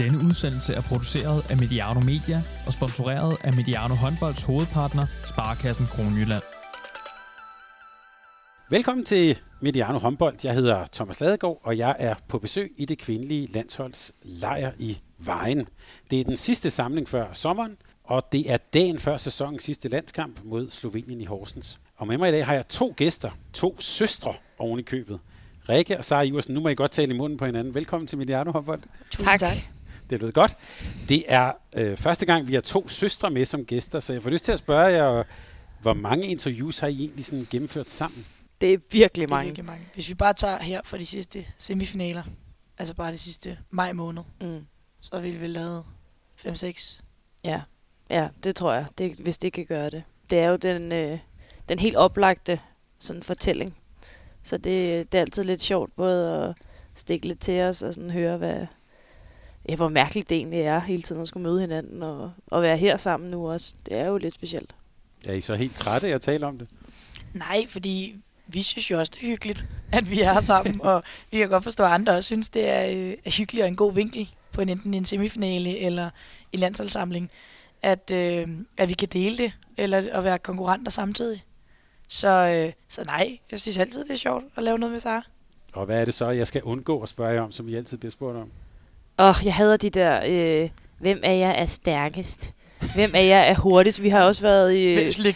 Denne udsendelse er produceret af Mediano Media og sponsoreret af Mediano Håndbolds hovedpartner, Sparekassen Kronjylland. Velkommen til Mediano Håndbold. Jeg hedder Thomas Ladegaard, og jeg er på besøg i det kvindelige landsholds lejr i Vejen. Det er den sidste samling før sommeren, og det er dagen før sæsonens sidste landskamp mod Slovenien i Horsens. Og med mig i dag har jeg to gæster, to søstre oven i købet. Rikke og Sara Iversen, nu må I godt tale i munden på hinanden. Velkommen til Mediano Håndbold. Tak. Det lød godt. Det er første gang, vi har to søstre med som gæster, så jeg får lyst til at spørge jer, hvor mange interviews har I egentlig sådan gennemført sammen? Det er virkelig mange. Hvis vi bare tager her for de sidste semifinaler, altså bare det sidste maj måned, så ville vi lavet 5-6. Ja, det tror jeg, hvis det kan gøre det. Det er jo den helt oplagte sådan fortælling. Så det er altid lidt sjovt både at stikke lidt til os og sådan høre, hvor mærkeligt det egentlig er hele tiden at skulle møde hinanden og være her sammen nu også. Det er jo lidt specielt. Er I så helt trætte af at tale om det? Nej, fordi vi synes jo også, det er hyggeligt, at vi er her sammen, og vi kan godt forstå, at andre også synes, det er hyggeligt og en god vinkel på enten en semifinale eller en landsholdssamling, at vi kan dele det, eller at være konkurrenter samtidig. Så nej, jeg synes altid, det er sjovt at lave noget med Sara. Og hvad er det så, jeg skal undgå at spørge jer om, som I altid bliver spurgt om? Jeg hader de der, hvem af jer er stærkest? Hvem af jer er hurtigst? Vi har også været i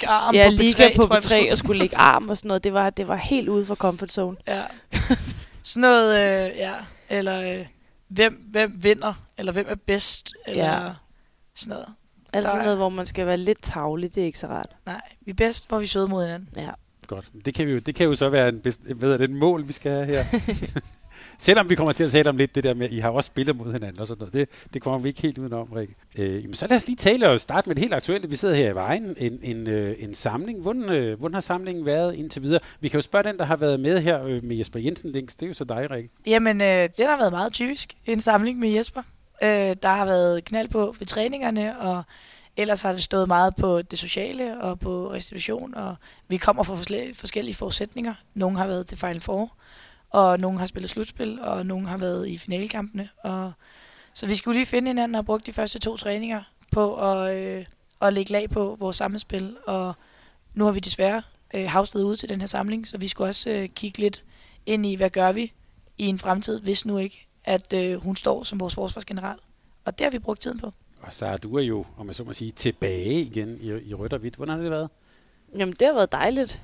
liga på B3 og skulle lægge arm og sådan noget. Det var helt ude for comfort zone. Ja. Sådan noget, eller hvem vinder, eller hvem er bedst, eller sådan noget. Altså noget, hvor man skal være lidt tavlig, det er ikke så rart. Nej, vi er bedst, hvor vi søder mod hinanden. Ja. Godt. Det kan jo så være et mål, vi skal have her. Selvom vi kommer til at tale om lidt det der med, at I har også spillet mod hinanden og sådan noget. Det kommer vi ikke helt udenom, Rikke. Så lad os lige tale og starte med det helt aktuelle. Vi sidder her i Vejen. En samling. Hvordan har samlingen været indtil videre? Vi kan jo spørge den, der har været med her med Jesper Jensen længst. Det er jo så dig, Rikke. Jamen, det har været meget typisk. En samling med Jesper. Der har været knald på ved træningerne, og ellers har det stået meget på det sociale og på restitution. Og vi kommer fra forskellige forudsætninger. Nogle har været til Final Four, og nogle har spillet slutspil, og nogle har været i finalekampene. Så vi skulle lige finde hinanden og bruge de første 2 træninger på at lægge lag på vores sammenspil. Og nu har vi desværre havstet ud til den her samling, så vi skulle også kigge lidt ind i, hvad gør vi i en fremtid, hvis nu ikke, at hun står som vores forsvarsgeneral. Og det har vi brugt tiden på. Og så du er jo, om jeg så må sige, tilbage igen i rødt og hvidt. Hvordan har det været? Jamen, det har været dejligt.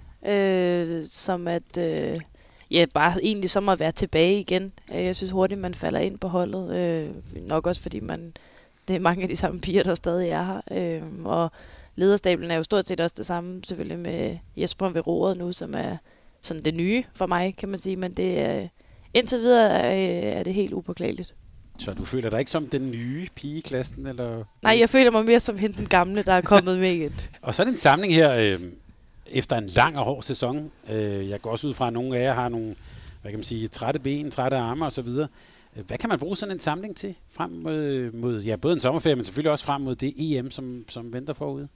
Som at... bare egentlig som at være tilbage igen. Jeg synes hurtigt, man falder ind på holdet. Nok også fordi det er mange af de samme piger, der stadig er her. Og lederstablen er jo stort set også det samme, selvfølgelig med Jesper ved roret nu, som er sådan det nye for mig, kan man sige. Men det indtil videre er det helt upåklageligt. Så du føler dig ikke som den nye pige i klassen? Eller? Nej, jeg føler mig mere som hende den gamle, der er kommet med igen. Og så er det en samling her... efter en lang og hård sæson. Jeg går også ud fra, at nogle af jer har nogle, hvad kan man sige, trætte ben, trætte arme og så videre. Hvad kan man bruge sådan en samling til frem mod både en sommerferie, men selvfølgelig også frem mod det EM, som venter forude?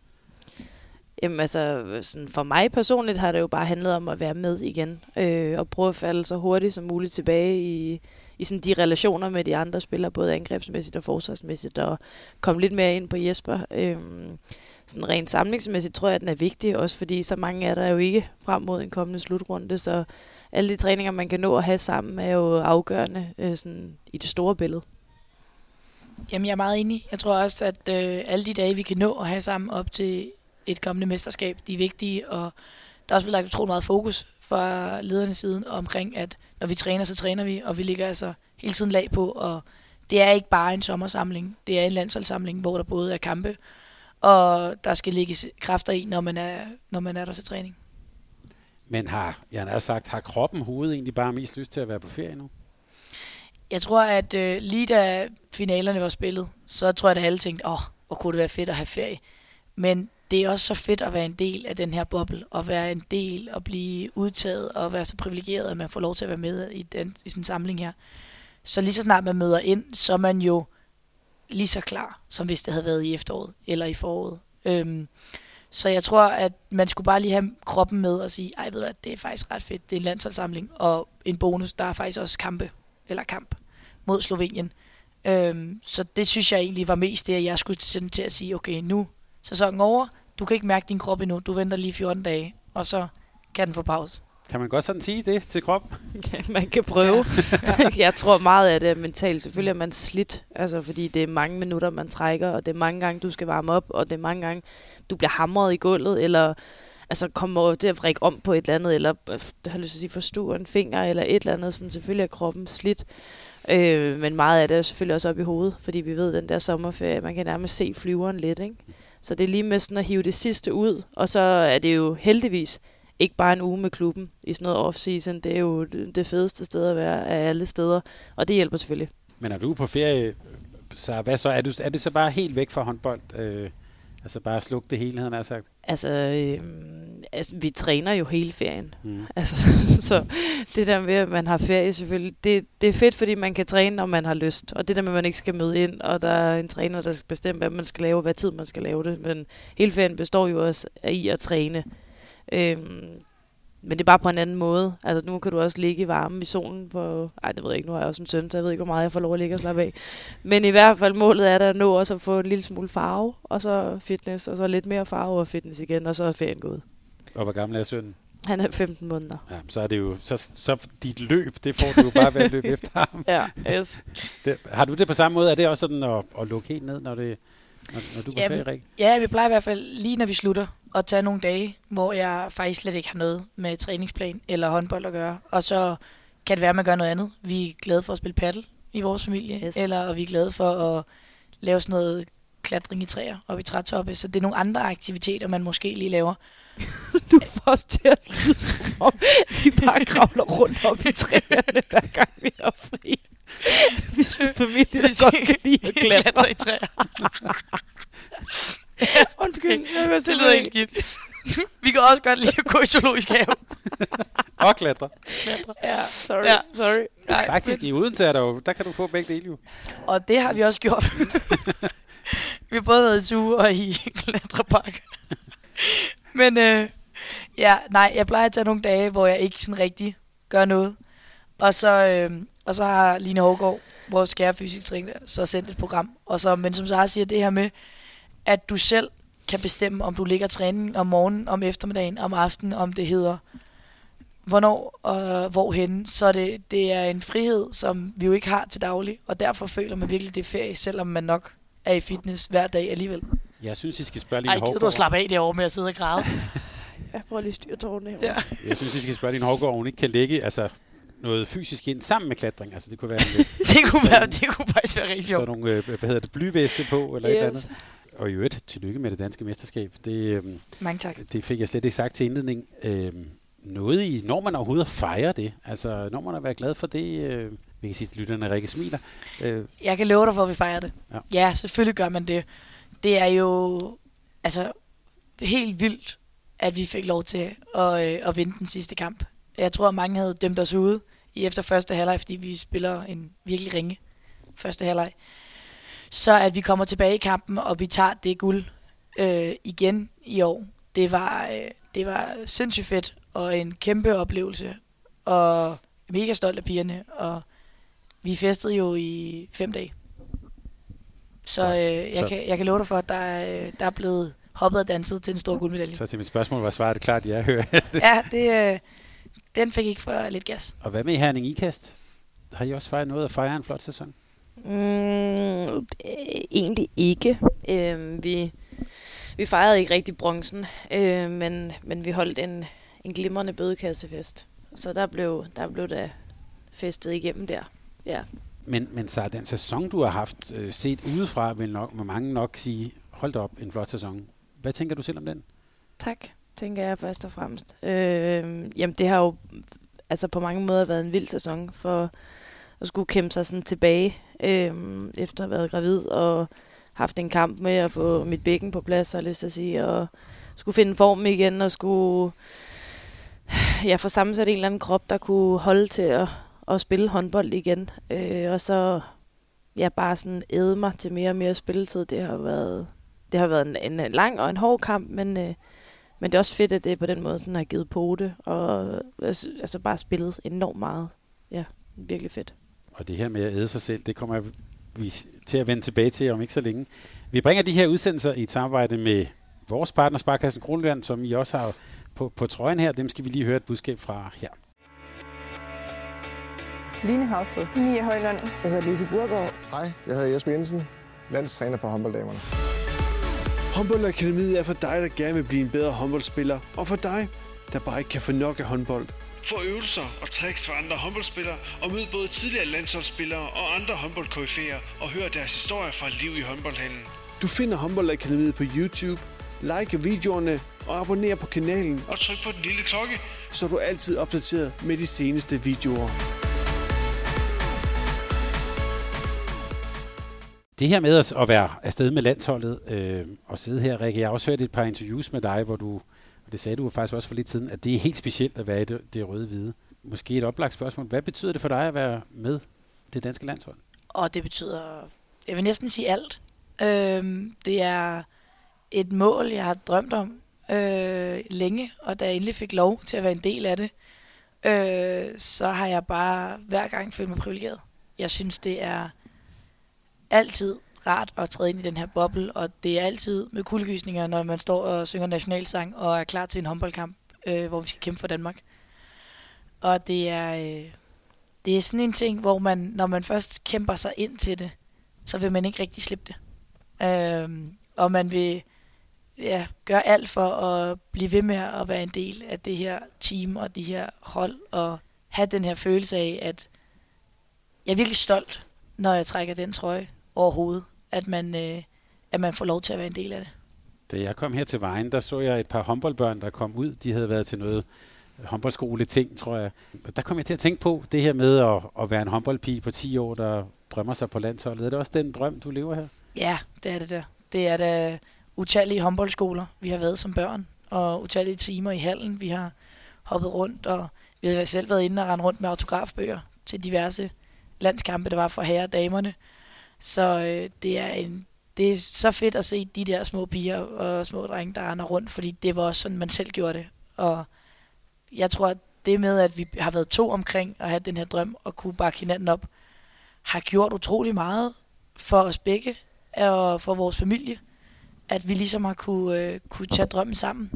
Jamen altså, sådan for mig personligt har det jo bare handlet om at være med igen, og prøve at falde så hurtigt som muligt tilbage i sådan de relationer med de andre spillere, både angrebsmæssigt og forsvarsmæssigt, og komme lidt mere ind på Jesper. Sådan rent samlingsmæssigt tror jeg, at den er vigtig, også fordi så mange er der jo ikke frem mod en kommende slutrunde, så alle de træninger, man kan nå at have sammen, er jo afgørende sådan i det store billede. Jamen, jeg er meget enig. Jeg tror også, at alle de dage, vi kan nå at have sammen op til et kommende mesterskab, de er vigtige, og der er også blevet lagt utrolig meget fokus fra ledernes side omkring, at når vi træner, så træner vi, og vi ligger altså hele tiden lag på, og det er ikke bare en sommersamling, det er en landsholdssamling, hvor der både er kampe, og der skal ligge kræfter i, når man er der til træning. Men har kroppen hovedet egentlig bare mest lyst til at være på ferie nu? Jeg tror, at lige da finalerne var spillet, så tror jeg, at alle tænkte, hvor kunne det være fedt at have ferie. Men det er også så fedt at være en del af den her boble, og være en del og blive udtaget, og være så privilegeret, at man får lov til at være med i sådan en samling her. Så lige så snart man møder ind, så er man jo lige så klar, som hvis det havde været i efteråret eller i foråret. Så jeg tror, at man skulle bare lige have kroppen med og sige, ved du hvad, det er faktisk ret fedt, det er en landsholdssamling, og en bonus, der er faktisk også kamp mod Slovenien. Så det synes jeg egentlig var mest det, at jeg skulle til at sige, okay, nu sæsonen over, du kan ikke mærke din krop endnu, du venter lige 14 dage, og så kan den få pause. Kan man godt sådan sige det til kroppen? Ja, man kan prøve. Ja. Jeg tror meget af det er mentalt. Selvfølgelig er man slidt, altså, fordi det er mange minutter, man trækker, og det er mange gange, du skal varme op, og det er mange gange, du bliver hamret i gulvet, eller altså, kommer til at vrikke om på et eller andet, eller har lyst til at sige, forstue en finger, eller et eller andet. Sådan, selvfølgelig er kroppen slidt. Men meget af det er selvfølgelig også op i hovedet, fordi vi ved, den der sommerferie, man kan nærmest se flyveren lidt, ikke? Så det er lige med sådan at hive det sidste ud, og så er det jo heldigvis ikke bare en uge med klubben i sådan noget off-season. Det er jo det fedeste sted at være af alle steder, og det hjælper selvfølgelig. Men er du på ferie, så hvad så? Er det så bare helt væk fra håndbold? Altså bare slukke det hele, havde han sagt? Altså, vi træner jo hele ferien. Altså, så det der med, at man har ferie selvfølgelig, det er fedt, fordi man kan træne, når man har lyst. Og det der med, at man ikke skal møde ind, og der er en træner, der skal bestemme, hvad man skal lave, hvad tid man skal lave det. Men hele ferien består jo også af i at træne. Men det er bare på en anden måde. Altså nu kan du også ligge i varmen i solen på... Ej, det ved jeg ikke. Nu har jeg også en søn, så jeg ved ikke, hvor meget jeg får lov at ligge og slappe af. Men i hvert fald målet er der at nå også at få en lille smule farve, og så fitness, og så lidt mere farve og fitness igen, og så er ferien gået. Og hvor gammel er sønnen? Han er 15 måneder. Ja, så er det jo... Så dit løb, det får du jo bare ved at løbe efter ham. Ja, yes. Har du det på samme måde? Er det også sådan at lukke helt ned, når du er på ferie, Rikke? Ja, vi plejer i hvert fald lige når vi slutter at tage nogle dage, hvor jeg faktisk slet ikke har noget med træningsplan eller håndbold at gøre. Og så kan det være, at man gør noget andet. Vi er glade for at spille paddle i vores familie, yes. Eller vi er glade for at lave sådan noget klatring i træer og i trætoppe. Så det er nogle andre aktiviteter, man måske lige laver. Du får os til at lyde som om, vi bare kravler rundt op i træerne, hver gang vi har fri. Vi er familie, der godt kan lide at klatre i træer. Undskyld, jeg vil det lyder helt skidt. Vi kan også godt lide at gå i zoologisk have. Og klatre. Ja, sorry. Nej, faktisk i Odense er der kan du få begge dele jo. Og det har vi også gjort. Vi har både været i zoo og i klatrepark. Men jeg plejer at tage nogle dage, hvor jeg ikke sådan rigtig gør noget. Og så har Line Hågaard, vores kære fysiktræner, så sendt et program. Men som Sara siger, det her med, at du selv kan bestemme, om du ligger træning om morgenen, om eftermiddagen, om aftenen, om det hedder hvornår og hvorhenne. Så det er en frihed, som vi jo ikke har til daglig, og derfor føler man virkelig, det er ferie, selvom man nok er i fitness hver dag alligevel. Jeg synes, I skal spørge Line Hågaard. Ej, gider du slappe af derovre med at sidde og græde? Jeg prøver lige styre tårerne herovre. Ja. Jeg synes, I skal spørge Line Hågaard, om hun ikke kan lægge noget fysisk ind sammen med klatring. Altså, det kunne være det kunne faktisk være rigtig sjovt. Så nogle, blyveste på, eller et eller andet. Og i øvrigt, tillykke med det danske mesterskab. Mange tak. Det fik jeg slet ikke sagt til indledning. Når man overhovedet fejrer det, altså når man har været glad for det, vi kan sige til lytterne, Rikke smiler. Jeg kan love dig for, at vi fejrer det. Ja, selvfølgelig gør man det. Det er jo helt vildt, at vi fik lov til at vinde den sidste kamp. Jeg tror, at mange havde dømt os ude efter første halvleg, fordi vi spiller en virkelig ringe første halvleg. Så at vi kommer tilbage i kampen, og vi tager det guld igen i år, det var sindssygt fedt, og en kæmpe oplevelse, og mega stolt af pigerne, og vi festede jo i 5 dage. Så jeg kan love dig for, at der er blevet hoppet og danset til en stor guldmedalje. Så til mit spørgsmål var svaret klart, ja, hører det. Ja, den fik ikke for lidt gas. Og hvad med Herning Ikast? Har I også fejret noget at fejre en flot sæson? Egentlig ikke. Vi fejrede ikke rigtig bronzen, men vi holdt en glimrende bødekassefest. Så der blev der festet igennem der. Ja. Men så den sæson, du har haft set udefra, vil mange nok sige, hold da op, en flot sæson. Hvad tænker du selv om den? Tak, tænker jeg først og fremmest. Jamen det har jo på mange måder været en vild sæson for at skulle kæmpe sig sådan tilbage efter at have været gravid og haft en kamp med at få mit bækken på plads, har jeg lyst til at sige, og skulle finde form igen og skulle få sammensat en eller anden krop, der kunne holde til at spille håndbold igen. Og så bare sådan æde mig til mere og mere spilletid. Det har været en lang og en hård kamp, men det er også fedt, at det på den måde sådan har givet på det, og bare spillet enormt meget. Ja, virkelig fedt. Og det her med at æde sig selv, det kommer vi til at vende tilbage til om ikke så længe. Vi bringer de her udsendelser i et samarbejde med vores partner, Sparekassen Kronjylland, som I også har på trøjen her. Dem skal vi lige høre et budskab fra her. Line Havsted. Mia Højlund. Jeg hedder Lucy Burgaard. Hej, jeg hedder Jesper Jensen, landstræner for håndbolddamerne. Håndboldakademiet er for dig, der gerne vil blive en bedre håndboldspiller, og for dig, der bare ikke kan få nok af håndbold. Få øvelser og tricks fra andre håndboldspillere, og mød både tidligere landsholdsspillere og andre håndboldkoryfæer, og hør deres historier fra liv i håndboldhallen. Du finder Håndboldakademiet på YouTube, like videoerne og abonner på kanalen, og tryk på den lille klokke, så du er altid opdateret med de seneste videoer. Det her med at være afsted med landsholdet og sidde her, Rikke, jeg har også hørt et par interviews med dig, hvor du, og det sagde du faktisk også for lidt siden, at det er helt specielt at være i det røde-hvide. Måske et oplagt spørgsmål. Hvad betyder det for dig at være med det danske landshold? Og det betyder, jeg vil næsten sige alt. Det er et mål, jeg har drømt om længe, og da jeg endelig fik lov til at være en del af det, så har jeg bare hver gang følt mig privilegeret. Jeg synes, det er altid rart at træde ind i den her boble, og det er altid med kuldegysninger, når man står og synger nationalsang og er klar til en håndboldkamp, hvor vi skal kæmpe for Danmark. Og det er sådan en ting, hvor man, når man først kæmper sig ind til det, så vil man ikke rigtig slippe det. Og man vil gøre alt for at blive ved med at være en del af det her team og de her hold, og have den her følelse af, at jeg er virkelig stolt, når jeg trækker den trøje over hovedet, at man får lov til at være en del af det. Da jeg kom her til Vejen, der så jeg et par håndboldbørn, der kom ud. De havde været til noget håndboldskole-ting, tror jeg. Der kom jeg til at tænke på det her med at være en håndboldpige på 10 år, der drømmer sig på landsholdet. Er det også den drøm, du lever her? Ja, det er det der. Det er da utallige håndboldskoler, vi har været som børn, og utallige timer i hallen. Vi har hoppet rundt, og vi har selv været inde og rendt rundt med autografbøger til diverse landskampe, der var for herre og damerne. Så det er så fedt at se de der små piger og små drenge, der render rundt, fordi det var også sådan, man selv gjorde det. Og jeg tror, at det med, at vi har været 2 omkring at have den her drøm og kunne bakke hinanden op, har gjort utrolig meget for os begge og for vores familie, at vi ligesom har kunne tage drømmen sammen.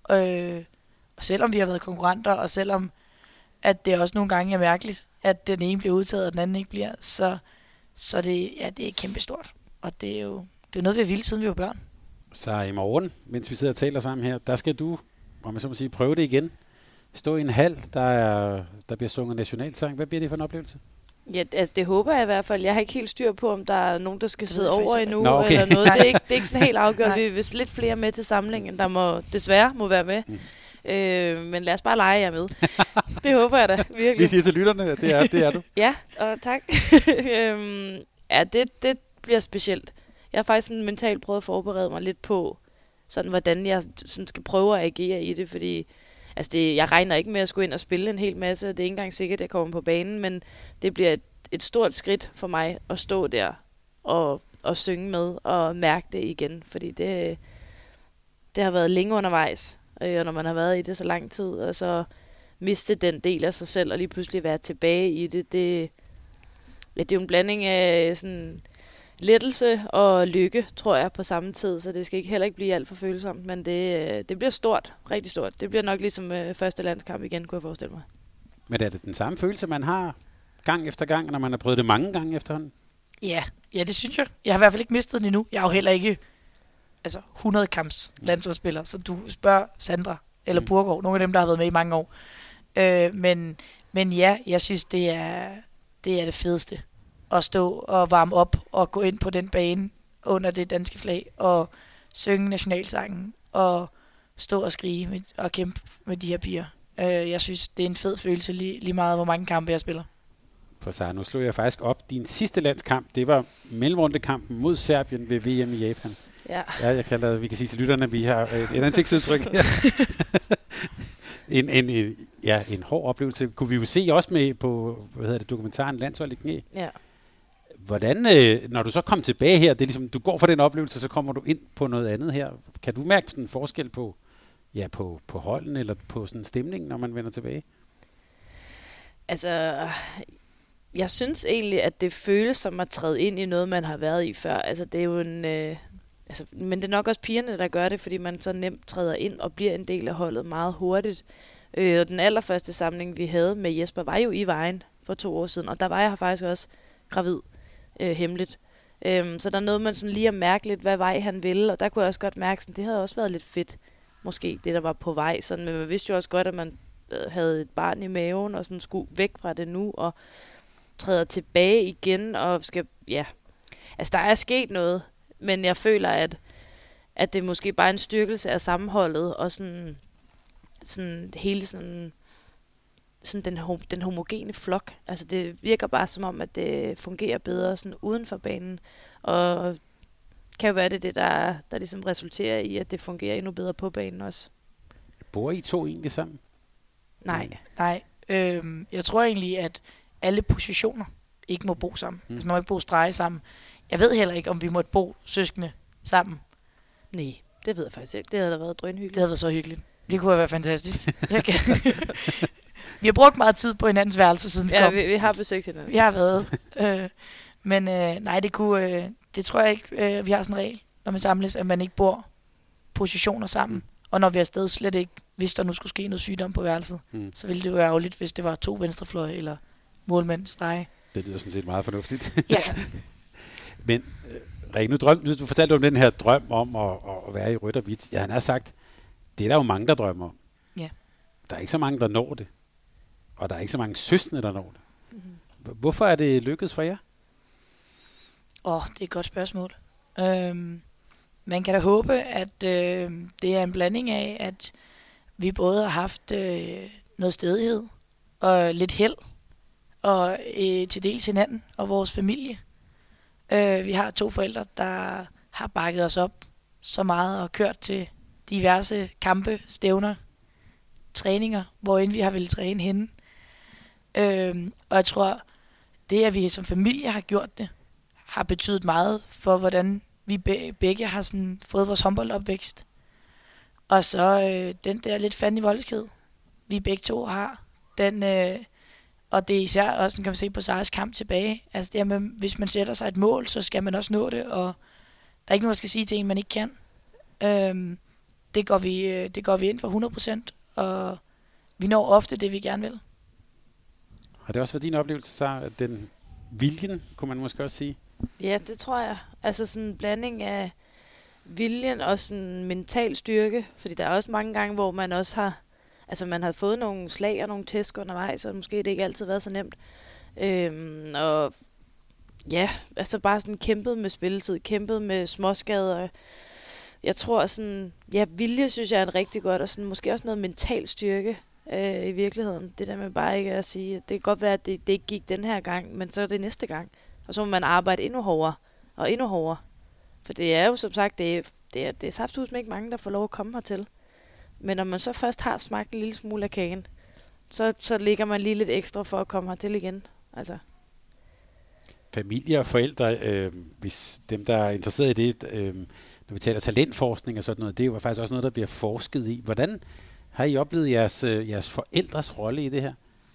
Og selvom vi har været konkurrenter, og selvom at det også nogle gange er mærkeligt, at den ene bliver udtaget, og den anden ikke bliver, så det er kæmpestort. Og det er jo noget, vi har vildt, siden vi var børn. Så i morgen, mens vi sidder og taler sammen her, der skal du, om man så må sige, prøve det igen. Stå i en hal, der bliver sunget nationalsang. Hvad bliver det for en oplevelse? Ja, altså det håber jeg i hvert fald. Jeg har ikke helt styr på, om der er nogen, der skal sidde over endnu. Nå, okay. Eller noget. Det er ikke sådan helt afgjort. Vi vil lidt flere med til samlingen, der desværre må være med. Men lad os bare lege jer med. Det håber jeg da, virkelig. Vi siger til lytterne, at det er du. Ja, og tak. Det bliver specielt. Jeg har faktisk sådan mentalt prøvet at forberede mig lidt på, sådan, hvordan jeg sådan skal prøve at agere i det, fordi altså jeg regner ikke med at skulle ind og spille en hel masse. Det er ikke engang sikkert, at jeg kommer på banen, men det bliver et stort skridt for mig at stå der og synge med og mærke det igen, fordi det har været længe undervejs, og når man har været i det så lang tid, og så miste den del af sig selv og lige pludselig være tilbage i det, det er jo en blanding af sådan lettelse og lykke, tror jeg, på samme tid, så det skal heller ikke blive alt for følsomt, men det bliver stort, rigtig stort. Det bliver nok ligesom første landskamp igen, kunne jeg forestille mig. Men er det den samme følelse, man har gang efter gang, når man har prøvet det mange gange efterhånden? Ja, det synes jeg. Jeg har i hvert fald ikke mistet den endnu. Jeg er jo heller ikke 100 kamps landsholdsspiller, så du spørger Sandra eller Burgaard, nogle af dem, der har været med i mange år. Men ja, jeg synes, det er det fedeste. At stå og varme op og gå ind på den bane under det danske flag og synge nationalsangen og stå og skrige og kæmpe med de her piger. Jeg synes, det er en fed følelse lige meget, hvor mange kampe jeg spiller. For så nu slog jeg faktisk op. Din sidste landskamp, det var mellemrundekampen mod Serbien ved VM i Japan. Ja, vi kan sige til lytterne, at vi har et ansigtsudtryk her. En hård oplevelse. Kunne vi jo se også med på dokumentaren Landshold i knæ. Ja. Hvordan, når du så kommer tilbage her, det er ligesom, du går fra den oplevelse, så kommer du ind på noget andet her. Kan du mærke sådan en forskel på holden eller på sådan en stemning, når man vender tilbage? Altså, Jeg synes egentlig, at det føles som at træde ind i noget, man har været i før. Altså, det er jo en... men det er nok også pigerne, der gør det, fordi man så nemt træder ind og bliver en del af holdet meget hurtigt. Og den allerførste samling, vi havde med Jesper, var jo i Vejen for 2 år siden, og der var jeg faktisk også gravid hemmeligt. Så der er noget, man sådan lige at mærke lidt, hvad vej han ville, og der kunne jeg også godt mærke, at det havde også været lidt fedt, måske det, der var på vej. Sådan, men man vidste jo også godt, at man havde et barn i maven, og sådan skulle væk fra det nu, og træder tilbage igen, og skal, ja... Altså, der er sket noget, men jeg føler, at det måske bare er en styrkelse af sammenholdet, og sådan hele sådan den homogene flok. Altså, det virker bare som om, at det fungerer bedre sådan uden for banen, og kan jo være det, der ligesom resulterer i, at det fungerer endnu bedre på banen også. Bor I 2 egentlig sammen? Nej. Jeg tror egentlig, at alle positioner ikke må bo sammen. Altså, man må ikke bo strege sammen. Jeg ved heller ikke, om vi måtte bo søskende sammen. Nej, det ved jeg faktisk ikke. Det havde da været drønhyggeligt. Det havde været så hyggeligt. Det kunne have været fantastisk. Vi har brugt meget tid på hinandens værelse, siden vi kom. Vi har besøgt hinanden. Vi har været. Men nej, det tror jeg ikke, vi har sådan en regel, når man samles, at man ikke bor positioner sammen. Og når vi er afsted slet ikke, hvis der nu skulle ske noget sygdom på værelset, så ville det jo være ærgerligt, hvis det var 2 venstrefløje eller målmand strege. Det lyder sådan set meget fornuftigt. Ja. Men Rikke, du fortalte om den her drøm om at være i rødt og hvidt. Ja, han har sagt, det er der jo mange, der drømmer om. Ja. Der er ikke så mange, der når det. Og der er ikke så mange søskende, der når det. Mm-hmm. Hvorfor er det lykkedes for jer? Det er et godt spørgsmål. Man kan da håbe, at det er en blanding af, at vi både har haft noget stædighed og lidt held, og til dels hinanden og vores familie. Vi har 2 forældre, der har bakket os op så meget og kørt til diverse kampe, stævner, træninger, hvorinde vi har ville træne henne. Og jeg tror, det at vi som familie har gjort det, har betydet meget for, hvordan vi begge har sådan fået vores håndboldopvækst. Og så den der lidt fandme voldsked, vi begge 2 har, den... Og det er især også, kan man se på Saras kamp tilbage. Altså det med, hvis man sætter sig et mål, så skal man også nå det, og der er ikke nogen, der skal sige til en, man ikke kan. Det går vi ind for 100%, og vi når ofte det, vi gerne vil. Har det også været din oplevelse, så den viljen, kunne man måske også sige? Ja, det tror jeg. Altså sådan en blanding af viljen og sådan mental styrke, fordi der er også mange gange, hvor man også har... Altså, man har fået nogle slag og nogle tæsk undervejs, så måske det ikke altid været så nemt. Og ja, altså bare sådan kæmpet med spilletid, kæmpet med småskader. Jeg tror sådan, ja, vilje synes jeg er et rigtig godt, og sådan måske også noget mental styrke i virkeligheden. Det der med bare ikke at sige, at det kan godt være, at det ikke gik den her gang, men så er det næste gang. Og så må man arbejde endnu hårdere og endnu hårdere. For det er jo som sagt, det er saftsusme ikke mange, der får lov at komme hertil. Men når man så først har smagt en lille smule af kagen, så ligger man lige lidt ekstra for at komme hertil igen. Altså. Familie og forældre, hvis dem, der er interesseret i det, når vi taler talentforskning og sådan noget, det er jo faktisk også noget, der bliver forsket i. Hvordan har I oplevet jeres forældres rolle i det her?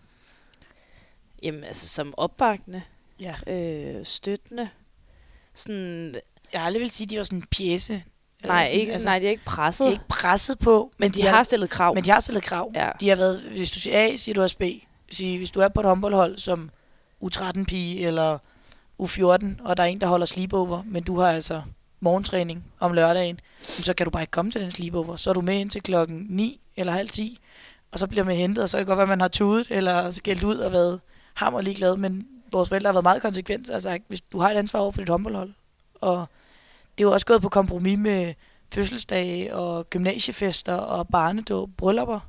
Jamen, altså som opbakkende, ja. Støttende. Sådan, jeg har aldrig vil sige, at de var sådan en pjece. Nej, ikke, altså, nej, de er ikke presset. De er ikke presset på. Men de har stillet krav. Men de har stillet krav. Ja. De har været, hvis du siger A, siger du også B. Hvis du er på et håndboldhold som U13-pige eller U14, og der er en, der holder sleepover, men du har altså morgentræning om lørdagen, så kan du bare ikke komme til den sleepover. Så er du med indtil klokken 9 eller halv 10, og så bliver man hentet, og så kan det godt være, at man har tudet eller skældt ud og været hammerlig glad, men vores forældre har været meget konsekvent og sagt, hvis du har et ansvar over for dit håndboldhold, og det er jo også gået på kompromis med fødselsdage og gymnasiefester og barnedåb, bryllupper,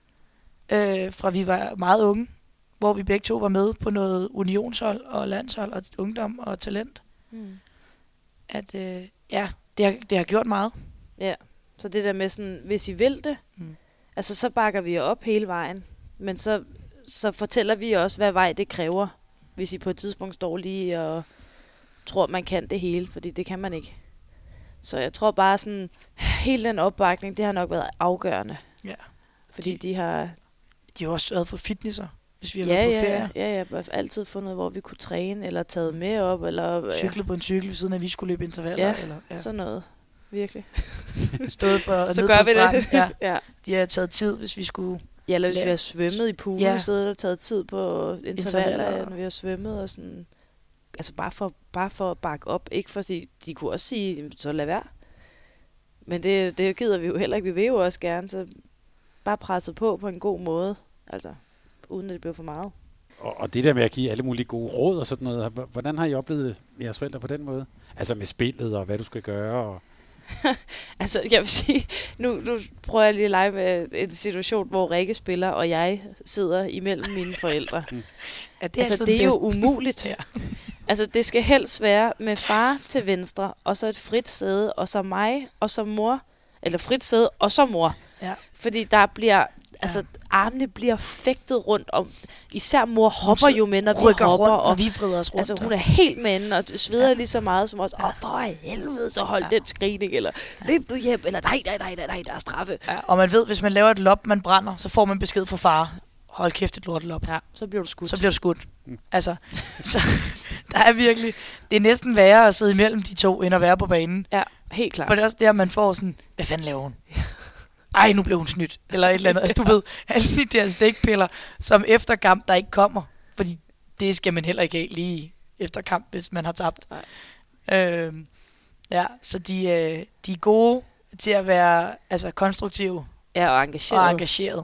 fra vi var meget unge, hvor vi begge to var med på noget unionshold og landshold og ungdom og talent. At ja, det har gjort meget. Ja, så det der med sådan, hvis I vil det, altså så bakker vi op hele vejen, men så fortæller vi også, hvad vej det kræver, hvis I på et tidspunkt står lige og tror, man kan det hele, fordi det kan man ikke. Så jeg tror bare sådan, hele den opbakning, det har nok været afgørende. Ja. Fordi de har også sørget for fitnesser. hvis vi har været på ferie. Ja, jeg har altid fundet, hvor vi kunne træne, eller taget med op, eller... Cykle på en cykel, ved siden af, vi skulle løbe intervaller. Ja, sådan noget. Virkelig. Stået for så ned gør på vi stranden. det. Ja. De har taget tid, hvis vi skulle... Ja, eller hvis vi har svømmet i poolen, så og taget tid på intervaller, når vi har svømmet og sådan... Altså bare for at bakke op. Ikke fordi de kunne også sige, så lad være. Men det gider vi jo heller ikke. Vi vil jo også gerne, så bare presset på en god måde. Altså, uden at det bliver for meget. Og det der med at give alle mulige gode råd og sådan noget, hvordan har I oplevet jeres forældre på den måde? Altså med spillet og hvad du skal gøre? Og altså, jeg vil sige, nu prøver jeg lige at lege med en situation, hvor Rikke spiller, og jeg sidder imellem mine forældre. Det er jo umuligt. Altså, det skal helst være med far til venstre, og så et frit sæde, og så mig, og så mor. Eller frit sæde, og så mor. Ja. Fordi der bliver... Altså, armene bliver fægtet rundt om. Især mor hopper jo med, når vi hopper. Og vi vrider os rundt. Altså, hun er helt med inden, og sveder lige så meget som os. For helvede, så hold den skrigning. Eller løb du hjem. Eller nej, der er straffe. Ja, og man ved, hvis man laver et lop, man brænder, så får man besked fra far. Hold kæft, et lortelop. Ja, så bliver du skudt. Altså, så der er virkelig... Det er næsten værre at sidde imellem de to, end at være på banen. Ja, helt klart. For det er også der, man får sådan, hvad fanden laver hun? Ej, nu blev hun snydt. Eller et eller andet. Altså, du ved, alle de der stikpiller, som efter kamp, der ikke kommer. Fordi det skal man heller ikke have lige efter kamp, hvis man har tabt. Så de er gode til at være konstruktive. Ja, og engageret.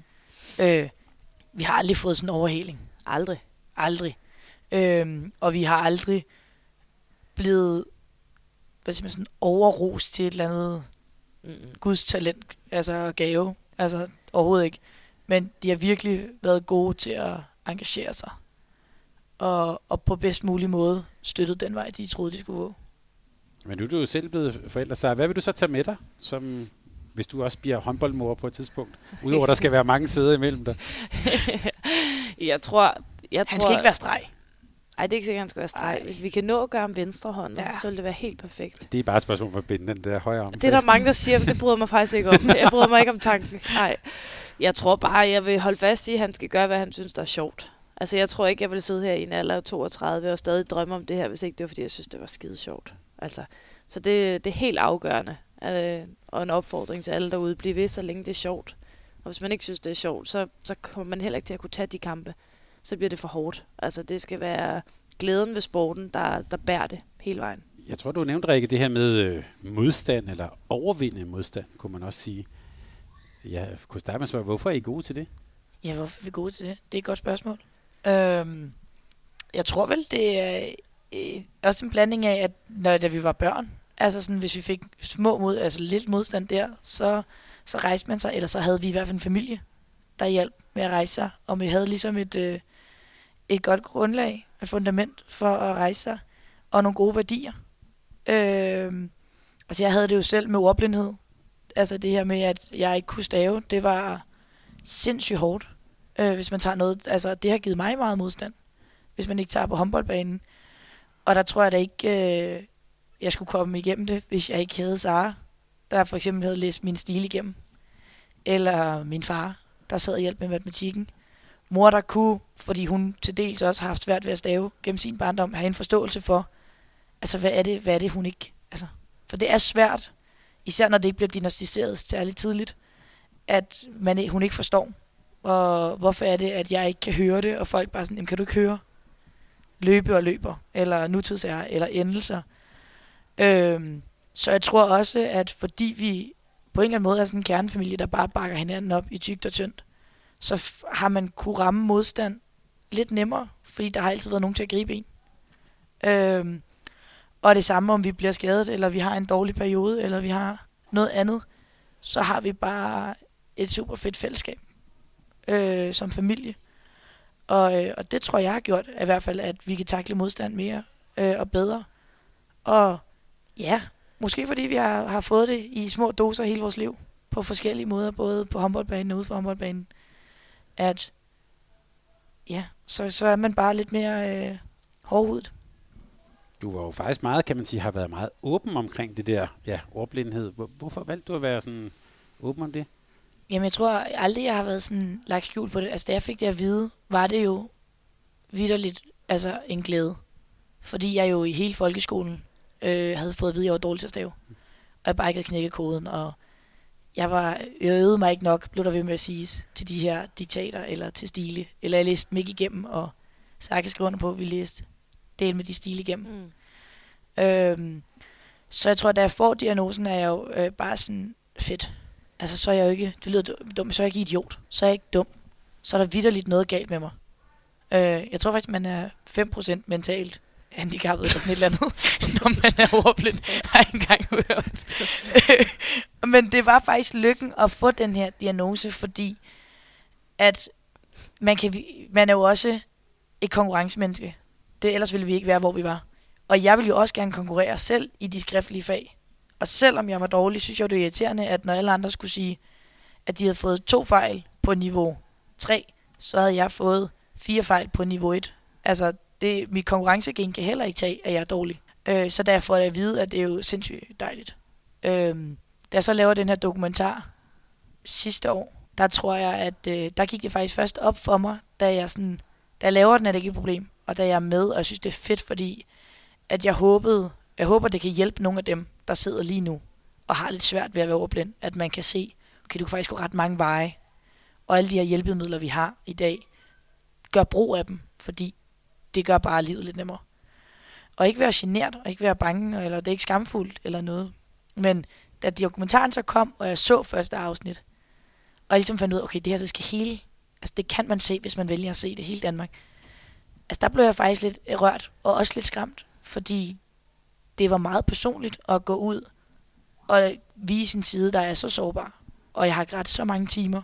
Vi har aldrig fået sådan en overhaling. Aldrig. Og vi har aldrig blevet sådan overrost til et eller andet Guds talent, altså gave. Altså overhovedet ikke. Men de har virkelig været gode til at engagere sig. Og på bedst mulig måde støttet den vej, de troede, de skulle gå. Men nu er du jo selv blevet forældre, så hvad vil du så tage med dig, som hvis du også bliver håndboldmor på et tidspunkt? Udover der skal være mange sæder imellem dig. Jeg tror... Han skal ikke være streg. Nej, det er ikke sikkert, han skal være streg. Hvis vi kan nå at gøre ham venstre hånd, så vil det være helt perfekt. Det er bare et spørgsmål om at binde den der højre arm. Det er der mange, der siger, men det bryder mig faktisk ikke om. Jeg bryder mig ikke om tanken. Nej. Jeg tror bare, jeg vil holde fast i, at han skal gøre, hvad han synes, der er sjovt. Altså, jeg tror ikke, jeg vil sidde her i en alder af 32 og stadig drømme om det her, hvis ikke det var, fordi jeg synes, det var skide sjovt. Altså, så det er helt afgørende. Og en opfordring til alle derude. Bliv ved, så længe det er sjovt. Og hvis man ikke synes, det er sjovt, så kommer man heller ikke til at kunne tage de kampe. Så bliver det for hårdt. Altså, det skal være glæden ved sporten, der bærer det hele vejen. Jeg tror, du nævnte, Rikke, det her med modstand, eller overvinde modstand, kunne man også sige. Ja, kunne starte med at spørge, hvorfor er I gode til det? Ja, hvorfor er vi gode til det? Det er et godt spørgsmål. Jeg tror vel, det er også en blanding af, at da vi var børn, altså sådan, hvis vi fik lidt modstand der, så rejste man sig, eller så havde vi i hvert fald en familie, der hjalp med at rejse sig, og vi havde ligesom et godt grundlag, et fundament for at rejse sig, og nogle gode værdier. Altså jeg havde det jo selv med ordblindhed, altså det her med, at jeg ikke kunne stave, det var sindssygt hårdt, hvis man tager noget, altså det har givet mig meget modstand, hvis man ikke tager på håndboldbanen, og der tror jeg da ikke, jeg skulle komme igennem det, hvis jeg ikke havde Sara, der for eksempel havde læst min stil igennem, eller min far, der sad og hjalp med matematikken. Mor, der kunne, fordi hun til dels også har haft svært ved at stave gennem sin barndom, have en forståelse for, altså hvad er det hun ikke, altså, for det er svært, især når det ikke bliver diagnosticeret særligt tidligt, at hun ikke forstår, og hvorfor er det, at jeg ikke kan høre det, og folk bare sådan, jamen kan du ikke høre? Løber, eller nutidsager, eller endelser. Så jeg tror også, at fordi vi på en eller anden måde er sådan en kernefamilie, der bare bakker hinanden op i tykt og tyndt, så har man kunne ramme modstand lidt nemmere, fordi der har altid været nogen til at gribe en. Og det samme, om vi bliver skadet, eller vi har en dårlig periode, eller vi har noget andet, så har vi bare et super fedt fællesskab som familie. Og det tror jeg har gjort, i hvert fald, at vi kan takle modstand mere og bedre. Og ja, måske fordi vi har fået det i små doser hele vores liv, på forskellige måder, både på håndboldbanen og ude for håndboldbanen, at ja, så er man bare lidt mere hårdhudet. Du var jo faktisk meget, kan man sige, har været meget åben omkring det der ordblindhed. Hvorfor valgte du at være sådan åben om det? Jamen, jeg tror aldrig, jeg har været sådan lagt skjul på det. Altså, da jeg fik det at vide, var det jo vitterligt en glæde. Fordi jeg jo i hele folkeskolen havde fået at vide, at jeg var dårlig til at stave. Og jeg bare ikke havde knækket koden, og jeg øvede mig ikke nok, blev der ved med at sige, til de her diktater, eller til stile. Eller jeg læste dem ikke igennem, og så jeg kan skrive under på, at vi læste del med de stile igennem. Så jeg tror, at da jeg får diagnosen, er jeg jo bare sådan fedt. Altså, så er jeg jo ikke, det lyder dumt, så er jeg ikke idiot. Så er jeg ikke dum. Så er der vitterligt noget galt med mig. Jeg tror faktisk, man er 5% mentalt handicappet eller sådan et eller andet, når man er overblind. Har jeg ikke engang hørt. Men det var faktisk lykken at få den her diagnose, fordi at man er jo også et konkurrencemenneske. Ellers ville vi ikke være, hvor vi var. Og jeg ville jo også gerne konkurrere selv i de skriftlige fag. Og selvom jeg var dårlig, synes jeg det er irriterende, at når alle andre skulle sige, at de havde fået 2 fejl på niveau 3, så havde jeg fået 4 fejl på niveau 1. Altså, mit konkurrencegen kan heller ikke tage, at jeg er dårlig. Så derfor får jeg at vide, at det er jo sindssygt dejligt. Da jeg så laver den her dokumentar sidste år, der tror jeg, at der gik det faktisk først op for mig, da jeg laver den, er det ikke et problem. Og da jeg er med, og jeg synes, det er fedt, fordi at jeg håber, det kan hjælpe nogle af dem, der sidder lige nu, og har lidt svært ved at være overblind, at man kan se, okay, du kan faktisk gå ret mange veje, og alle de her hjælpemidler, vi har i dag, gør brug af dem, fordi det gør bare livet lidt nemmere. Og ikke være genert, og ikke være bange, eller det er ikke skamfuldt, eller noget. Men da dokumentaren så kom, og jeg så første afsnit, og jeg ligesom fandt ud af, okay, det her så skal hele, altså det kan man se, hvis man vælger at se det hele Danmark. Altså der blev jeg faktisk lidt rørt, og også lidt skræmt, fordi det var meget personligt at gå ud og vise sin side, der er så sårbar. Og jeg har grædt så mange timer,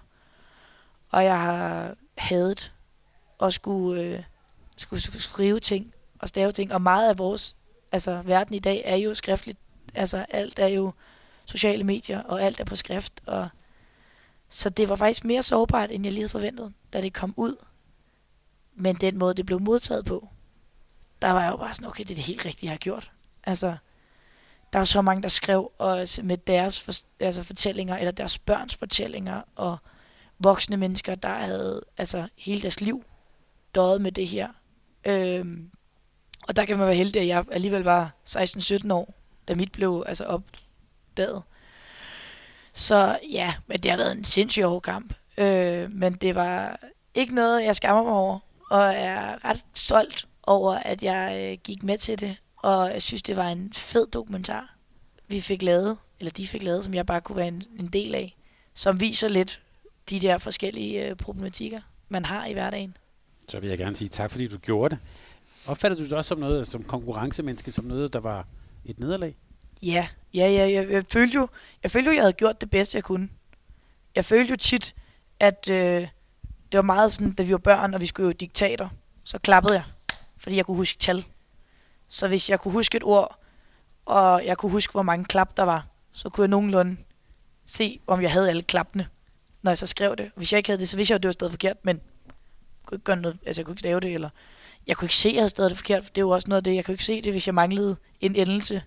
og jeg har hadet at skulle skrive ting og stave ting. Og meget af vores verden i dag er jo skriftligt. Altså alt er jo sociale medier, og alt er på skrift. Og så det var faktisk mere sårbart, end jeg lige havde forventet, da det kom ud. Men den måde, det blev modtaget på, der var jeg jo bare sådan, okay, det er det helt rigtige, jeg har gjort. Altså, der var så mange, der skrev med deres fortællinger, eller deres børns fortællinger, og voksne mennesker, der havde hele deres liv døjet med det her. Og der kan man være heldig, at jeg alligevel var 16-17 år, da mit blev opdaget. Så ja, men det har været en sindssyg hård kamp. Men det var ikke noget, jeg skammer mig over, og jeg er ret stolt over, at jeg gik med til det. Og jeg synes, det var en fed dokumentar, de fik lavet, som jeg bare kunne være en del af, som viser lidt de der forskellige problematikker, man har i hverdagen. Så vil jeg gerne sige tak, fordi du gjorde det. Opfatter du det også som noget, som konkurrencemenneske, som noget, der var et nederlag? Ja. Jeg følte jo, jeg havde gjort det bedste, jeg kunne. Jeg følte jo tit, at det var meget sådan, da vi var børn, og vi skulle jo diktater, så klappede jeg, fordi jeg kunne huske tal. Så hvis jeg kunne huske et ord, og jeg kunne huske, hvor mange klap der var, så kunne jeg nogenlunde se, om jeg havde alle klappene, når jeg så skrev det. Og hvis jeg ikke havde det, så vidste jeg, at det var stadig forkert, men jeg kunne ikke gøre noget, jeg kunne ikke stave det, eller jeg kunne ikke se, at jeg havde stadig det forkert, for det er jo også noget af det, jeg kunne ikke se det, hvis jeg manglede en endelse.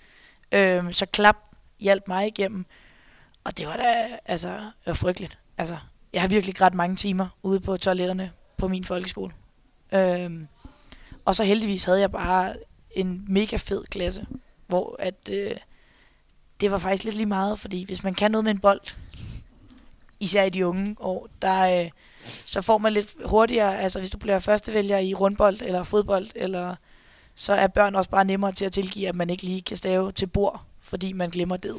Så klap hjalp mig igennem, og det var da, det var frygteligt. Jeg har virkelig grædt mange timer ude på toiletterne på min folkeskole. Og så heldigvis havde jeg bare en mega fed klasse, hvor at det var faktisk lidt lige meget, fordi hvis man kan noget med en bold, især i de unge år, så får man lidt hurtigere, hvis du bliver førstevælger i rundbold eller fodbold, eller så er børn også bare nemmere til at tilgive, at man ikke lige kan stave til bord, fordi man glemmer det.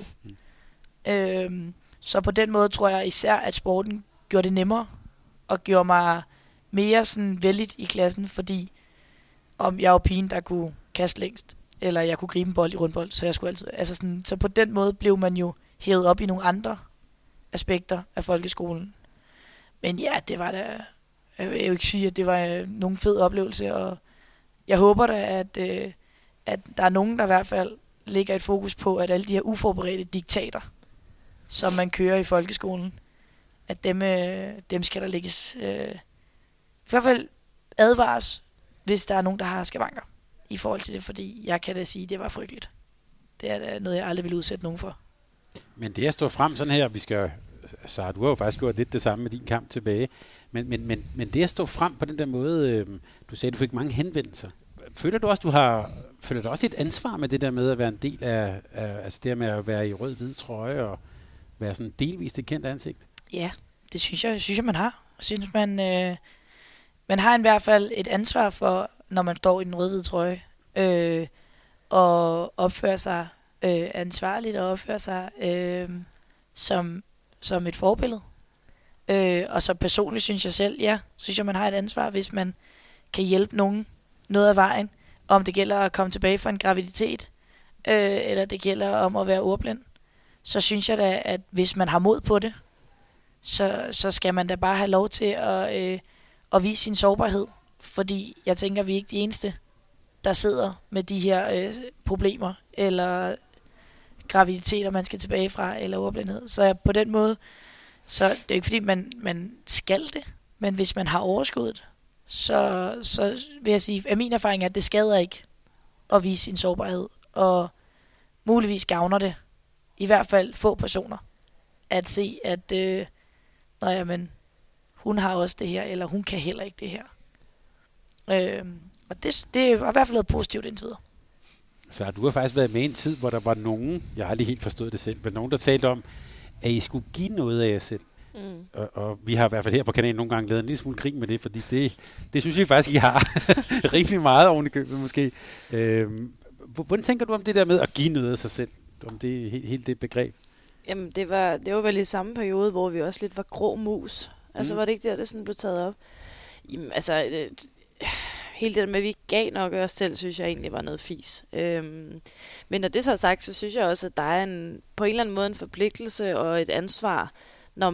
Så på den måde tror jeg især, at sporten gjorde det nemmere, og gjorde mig mere sådan vældigt i klassen, fordi om jeg var pigen, der kunne kaste længst, eller jeg kunne gribe en bold i rundbold, så jeg skulle altid, så på den måde blev man jo hævet op i nogle andre aspekter af folkeskolen. Men ja, det var da, jeg vil jo ikke sige, at det var nogen fed oplevelse, og jeg håber da, at der er nogen, der i hvert fald lægger et fokus på, at alle de her uforberedte diktater, som man kører i folkeskolen, at dem skal der lægges, i hvert fald advares, hvis der er nogen, der har skavanker i forhold til det, fordi jeg kan da sige, at det var frygteligt. Det er da noget, jeg aldrig vil udsætte nogen for. Men det at stå frem sådan her, vi skal Så du har jo faktisk gjort lidt det samme med din kamp tilbage. Men det at stå frem på den der måde, du sagde, du fik mange henvendelser. Føler du også et ansvar med det der med at være en del af altså det med at være i rød-hvid trøje og være sådan delvist et kendt ansigt? Ja, det synes jeg, man har. Jeg synes, man har i hvert fald et ansvar for, når man står i den rød-hvide trøje, og opføre sig ansvarligt og opføre sig som et forbillede. Og så personligt synes jeg, man har et ansvar, hvis man kan hjælpe nogen noget af vejen, om det gælder at komme tilbage fra en graviditet, eller det gælder om at være ordblind. Så synes jeg da, at hvis man har mod på det, så skal man da bare have lov til at vise sin sårbarhed. Fordi jeg tænker, vi er ikke de eneste, der sidder med de her problemer, eller graviditeter, man skal tilbage fra, eller ordblindhed. Så på den måde, så det er ikke fordi, man skal det, men hvis man har overskuddet, så vil jeg sige, at min erfaring er, at det skader ikke at vise sin sårbarhed, og muligvis gavner det, i hvert fald få personer, at se, at men hun har også det her, eller hun kan heller ikke det her. Og det har i hvert fald været positivt indtil videre. Så du har faktisk været med i en tid, hvor der var nogen, jeg har aldrig helt forstået det selv, men nogen, der talte om, at I skulle give noget af jer selv. Og vi har i hvert fald her på kanalen nogle gange lavet en lille smule krig med det, fordi det synes vi faktisk, I har rigtig meget oven i købet måske. Hvordan tænker du om det der med at give noget af sig selv? Om det helt det begreb? Jamen, det var vel i samme periode, hvor vi også lidt var grå mus. Altså, var det ikke der, det sådan blev taget op? Jamen, altså, hele det der med, at vi ikke gav nok af os selv, synes jeg egentlig var noget fis. Men når det så er sagt, så synes jeg også, at der er på en eller anden måde en forpligtelse og et ansvar, når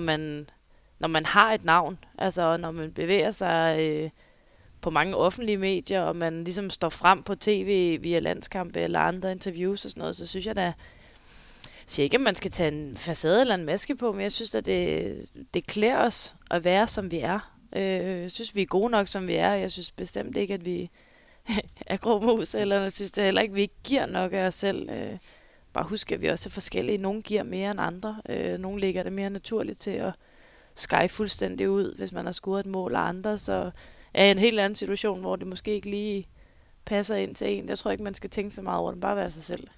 man har et navn. Altså, når man bevæger sig på mange offentlige medier, og man ligesom står frem på tv via landskampe eller andre interviews og sådan noget, så synes jeg da, jeg siger ikke, at man skal tage en facade eller en maske på, men jeg synes, at det klæder os at være, som vi er. Jeg synes, vi er gode nok, som vi er. Jeg synes bestemt ikke, at vi er grå mus, eller jeg synes det heller ikke, at vi ikke giver nok af os selv. Bare husk, at vi også er forskellige. Nogle giver mere end andre. Nogle ligger det mere naturligt til at skære fuldstændig ud, hvis man har scoret et mål, og andre så er i en helt anden situation, hvor det måske ikke lige passer ind til en. Jeg tror ikke, man skal tænke så meget over det, bare være sig selv.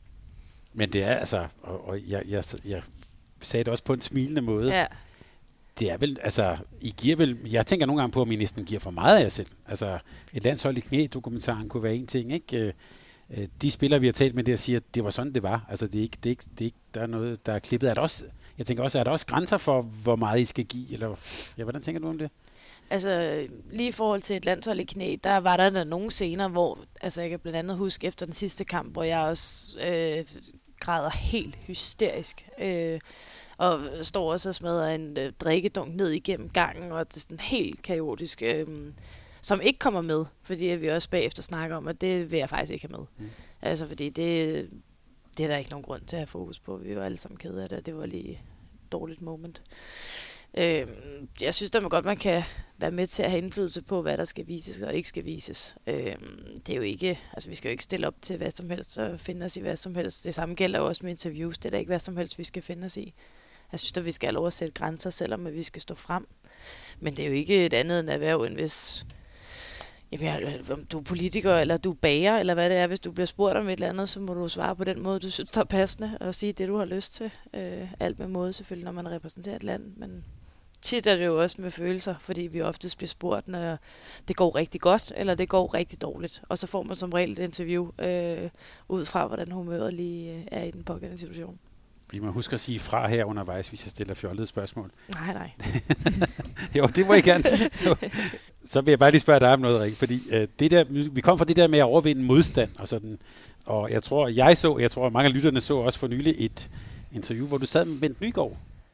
Men det er altså, og jeg sagde det også på en smilende måde. Ja. Det er vel, altså, I giver vel, jeg tænker nogle gange på, at I næsten giver for meget af jer selv. Altså, et landshold i knæ-dokumentaren kunne være en ting, ikke? De spillere, vi har talt med, der siger, at det var sådan, det var. Altså, det er ikke der er noget, der er klippet. Jeg tænker også, er der også grænser for, hvor meget I skal give? Eller, ja, hvordan tænker du om det? Altså, lige i forhold til et landshold i knæ, der var der nogle scener, hvor, altså jeg kan blandt andet huske efter den sidste kamp, hvor jeg også græder helt hysterisk. Og står også og smadrer en drikkedunk ned igennem gangen, og det er sådan helt kaotisk, som ikke kommer med, fordi vi også bagefter snakker om, at det vil jeg faktisk ikke have med. Altså, fordi det er der ikke nogen grund til at have fokus på. Vi var alle sammen kede af det, og det var lige et dårligt moment. Jeg synes da godt, man kan være med til at have indflydelse på, hvad der skal vises og ikke skal vises. Det er jo ikke, altså vi skal jo ikke stille op til hvad som helst og finde os i hvad som helst. Det samme gælder også med interviews. Det er da ikke hvad som helst, vi skal finde os i. Jeg synes, at vi skal have lov at sætte grænser, selvom at vi skal stå frem. Men det er jo ikke et andet end erhverv, end hvis om du er politiker, eller du er bager, eller hvad det er. Hvis du bliver spurgt om et eller andet, så må du svare på den måde, du synes, der er passende, og sige det, du har lyst til. Alt med måde selvfølgelig, når man repræsenterer et land. Men tit er det jo også med følelser, fordi vi oftest bliver spurgt, når det går rigtig godt, eller det går rigtig dårligt. Og så får man som regel et interview ud fra, hvordan humøret lige er i den pågældende situation. Vi må huske at sige fra her undervejs, hvis jeg stiller fjollede spørgsmål. Nej. Jo, det må jeg gerne. Så vil jeg bare lige spørge dig om noget, Rikke, fordi det der, vi kom fra det der med at overvinde modstand og sådan, og jeg tror, at mange af lytterne så også for nylig et interview, hvor du sad med Bent Nygård.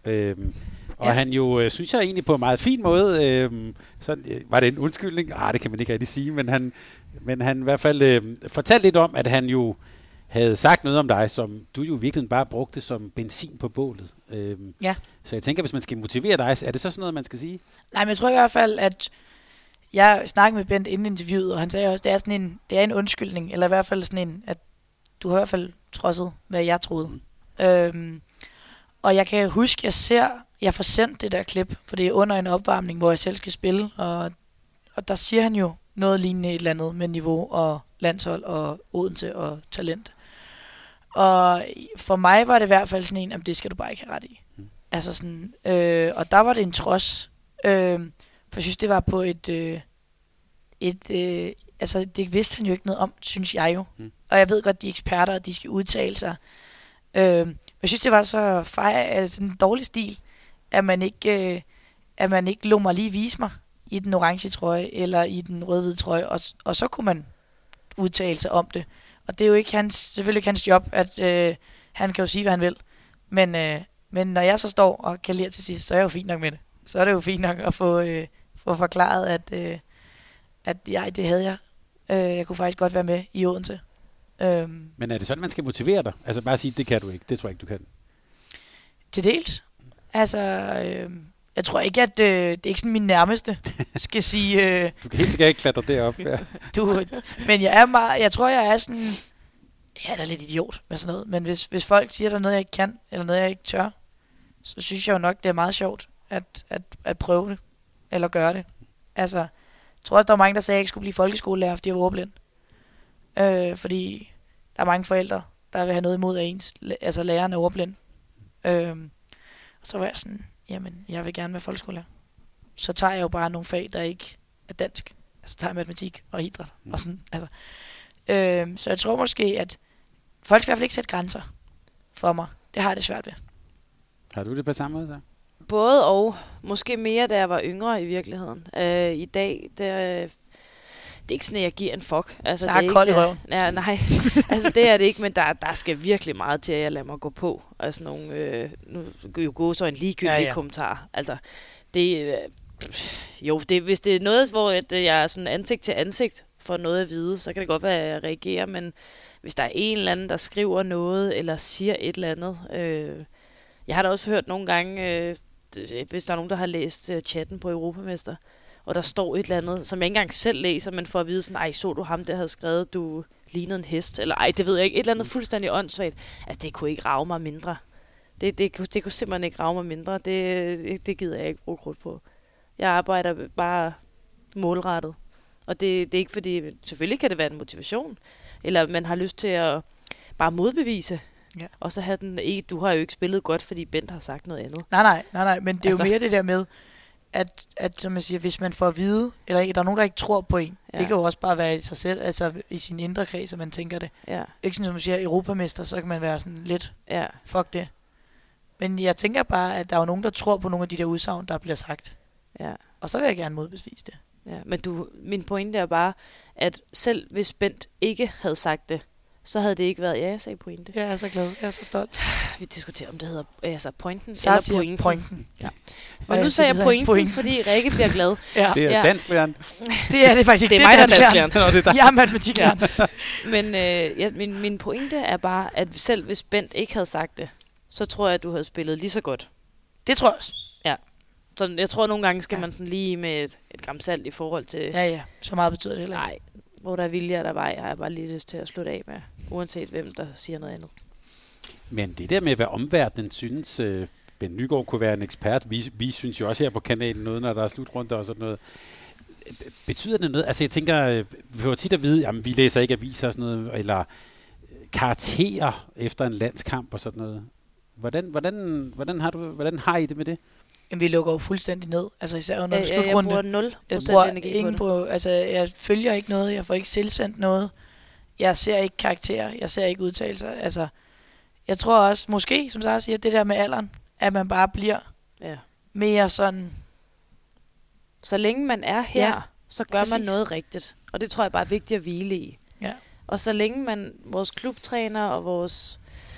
Og han jo, synes jeg egentlig på en meget fin måde, var det en undskyldning? Det kan man ikke rigtig sige, men han i hvert fald fortalte lidt om, at han jo havde sagt noget om dig, som du jo virkelig bare brugte som benzin på bålet. Så jeg tænker, hvis man skal motivere dig, er det så sådan noget, man skal sige? Nej, men jeg tror i hvert fald, at jeg snakkede med Bent inden interviewet, og han sagde også, at det er en undskyldning, eller i hvert fald sådan en, at du har i hvert fald trodset, hvad jeg troede. Og jeg kan huske, jeg får sendt det der klip, for det er under en opvarmning, hvor jeg selv skal spille, og der siger han jo noget lignende et eller andet med niveau og landshold og Odense og talent. Og for mig var det i hvert fald sådan en, at det skal du bare ikke have ret i. Altså sådan, og der var det en trods, for jeg synes, det var på altså det vidste han jo ikke noget om, synes jeg jo. Og jeg ved godt, de eksperter, de skal udtale sig. Men jeg synes, det var så altså en dårlig stil, at man ikke lå mig lige vise mig i den orange trøje, eller i den rød-hvide trøje, og så kunne man udtale sig om det. Og det er jo ikke selvfølgelig ikke hans job, at han kan jo sige, hvad han vil. Men når jeg så står og kan lide til sidst, så er jeg jo fint nok med det. Så er det jo fint nok at få forklaret, at det havde jeg. Jeg kunne faktisk godt være med i Odense. Men er det sådan, man skal motivere dig? Altså bare sige, det kan du ikke, det tror jeg ikke, du kan. Til dels. Altså, jeg tror ikke, at det er ikke sådan min nærmeste, skal sige. Du kan helt sikkert ikke klatre derop. Ja. Men jeg tror, jeg er sådan, jeg er da lidt idiot med sådan noget. Men hvis folk siger, der er noget, jeg ikke kan, eller noget, jeg ikke tør, så synes jeg jo nok, det er meget sjovt at prøve det, eller gøre det. Altså, jeg tror også, der var mange, der sagde, at jeg ikke skulle blive folkeskolelærer, fordi jeg var ordblind. Fordi der er mange forældre, der vil have noget imod, at læreren er ordblind. Og så var jeg sådan, jamen, jeg vil gerne være folkeskolelærer. Så tager jeg jo bare nogle fag, der ikke er dansk. Altså tager jeg matematik og idræt og sådan. Altså. Så jeg tror måske, at folk skal i hvert fald ikke sætte grænser for mig. Det har jeg det svært ved. Har du det på samme måde så? Både og. Måske mere, da jeg var yngre i virkeligheden. I dag, det er ikke sådan, at jeg giver en fuck. Altså, så er koldt i røven. Ja, nej. Altså, det er det ikke, men der skal virkelig meget til, at jeg lader mig gå på. Altså nogle, nu jo gå så en ligegyldig kommentar. Altså, det, hvis det er noget, hvor jeg er sådan ansigt til ansigt for noget at vide, så kan det godt være, at jeg reagerer, men hvis der er en eller anden, der skriver noget, eller siger et eller andet. Jeg har da også hørt nogle gange, hvis der er nogen, der har læst chatten på Europamester, og der står et eller andet, som jeg ikke engang selv læser, men for at vide sådan, ej, så du ham, der havde skrevet, du lignede en hest, eller ej, det ved jeg ikke, et eller andet fuldstændig åndssvagt. Altså, det kunne ikke rage mig mindre. Det kunne simpelthen ikke rage mig mindre. Det gider jeg ikke bruge krudt på. Jeg arbejder bare målrettet. Og det er ikke fordi, selvfølgelig kan det være en motivation, eller man har lyst til at bare modbevise. Ja. Og så have den, du har jo ikke spillet godt, fordi Bent har sagt noget andet. Nej, men det er jo mere det der med, at som jeg siger, hvis man får at vide, eller der er nogen, der ikke tror på en, det kan jo også bare være i sig selv, altså i sin indre kreds, at man tænker det. Ja. Ikke sådan, som man siger, europamester, så kan man være sådan lidt, fuck det. Men jeg tænker bare, at der er jo nogen, der tror på nogle af de der udsagn, der bliver sagt. Ja. Og så vil jeg gerne modbevise det. Ja, men min pointe er bare, at selv hvis Bent ikke havde sagt det, så havde det ikke været, jeg sagde pointe. Jeg er så glad, jeg er så stolt. Vi diskuterer, om det hedder pointen så eller pointen. Ja. Men nu sagde jeg pointen, fordi Rikke bliver glad. Ja. Det er dansklæren. Det er det faktisk ikke. Det er mig, der er dansklæren. Jeg er matematiklæren. Men min pointe er bare, at selv hvis Bent ikke havde sagt det, så tror jeg, at du havde spillet lige så godt. Det tror jeg også. Ja. Så jeg tror, at nogle gange skal man sådan lige med et gram salt i forhold til... Ja. Så meget betyder det heller ikke. Nej. Hvor der er vilje, der vej, har jeg bare lige lyst til at slutte af med, uanset hvem, der siger noget andet. Men det der med, hvad omverdenen synes, Bent Nyegaard kunne være en ekspert, vi synes jo også her på kanalen noget, når der er slutrunder og sådan noget. Betyder det noget? Altså jeg tænker, vi får tit at vide, jamen vi læser ikke aviser og sådan noget, eller karakterer efter en landskamp og sådan noget. Hvordan har I det med det? Jamen, vi lukker jo fuldstændig ned. Altså især under en slutrunde. Jeg bruger 0% energi på det. Altså, jeg følger ikke noget. Jeg får ikke selvsendt noget. Jeg ser ikke karakterer. Jeg ser ikke udtalelser. Altså, jeg tror også, måske, som Sara siger, det der med alderen, at man bare bliver mere sådan... Så længe man er her, så gør man noget rigtigt. Og det tror jeg bare er vigtigt at hvile i. Ja. Og så længe vores klubtræner og vores,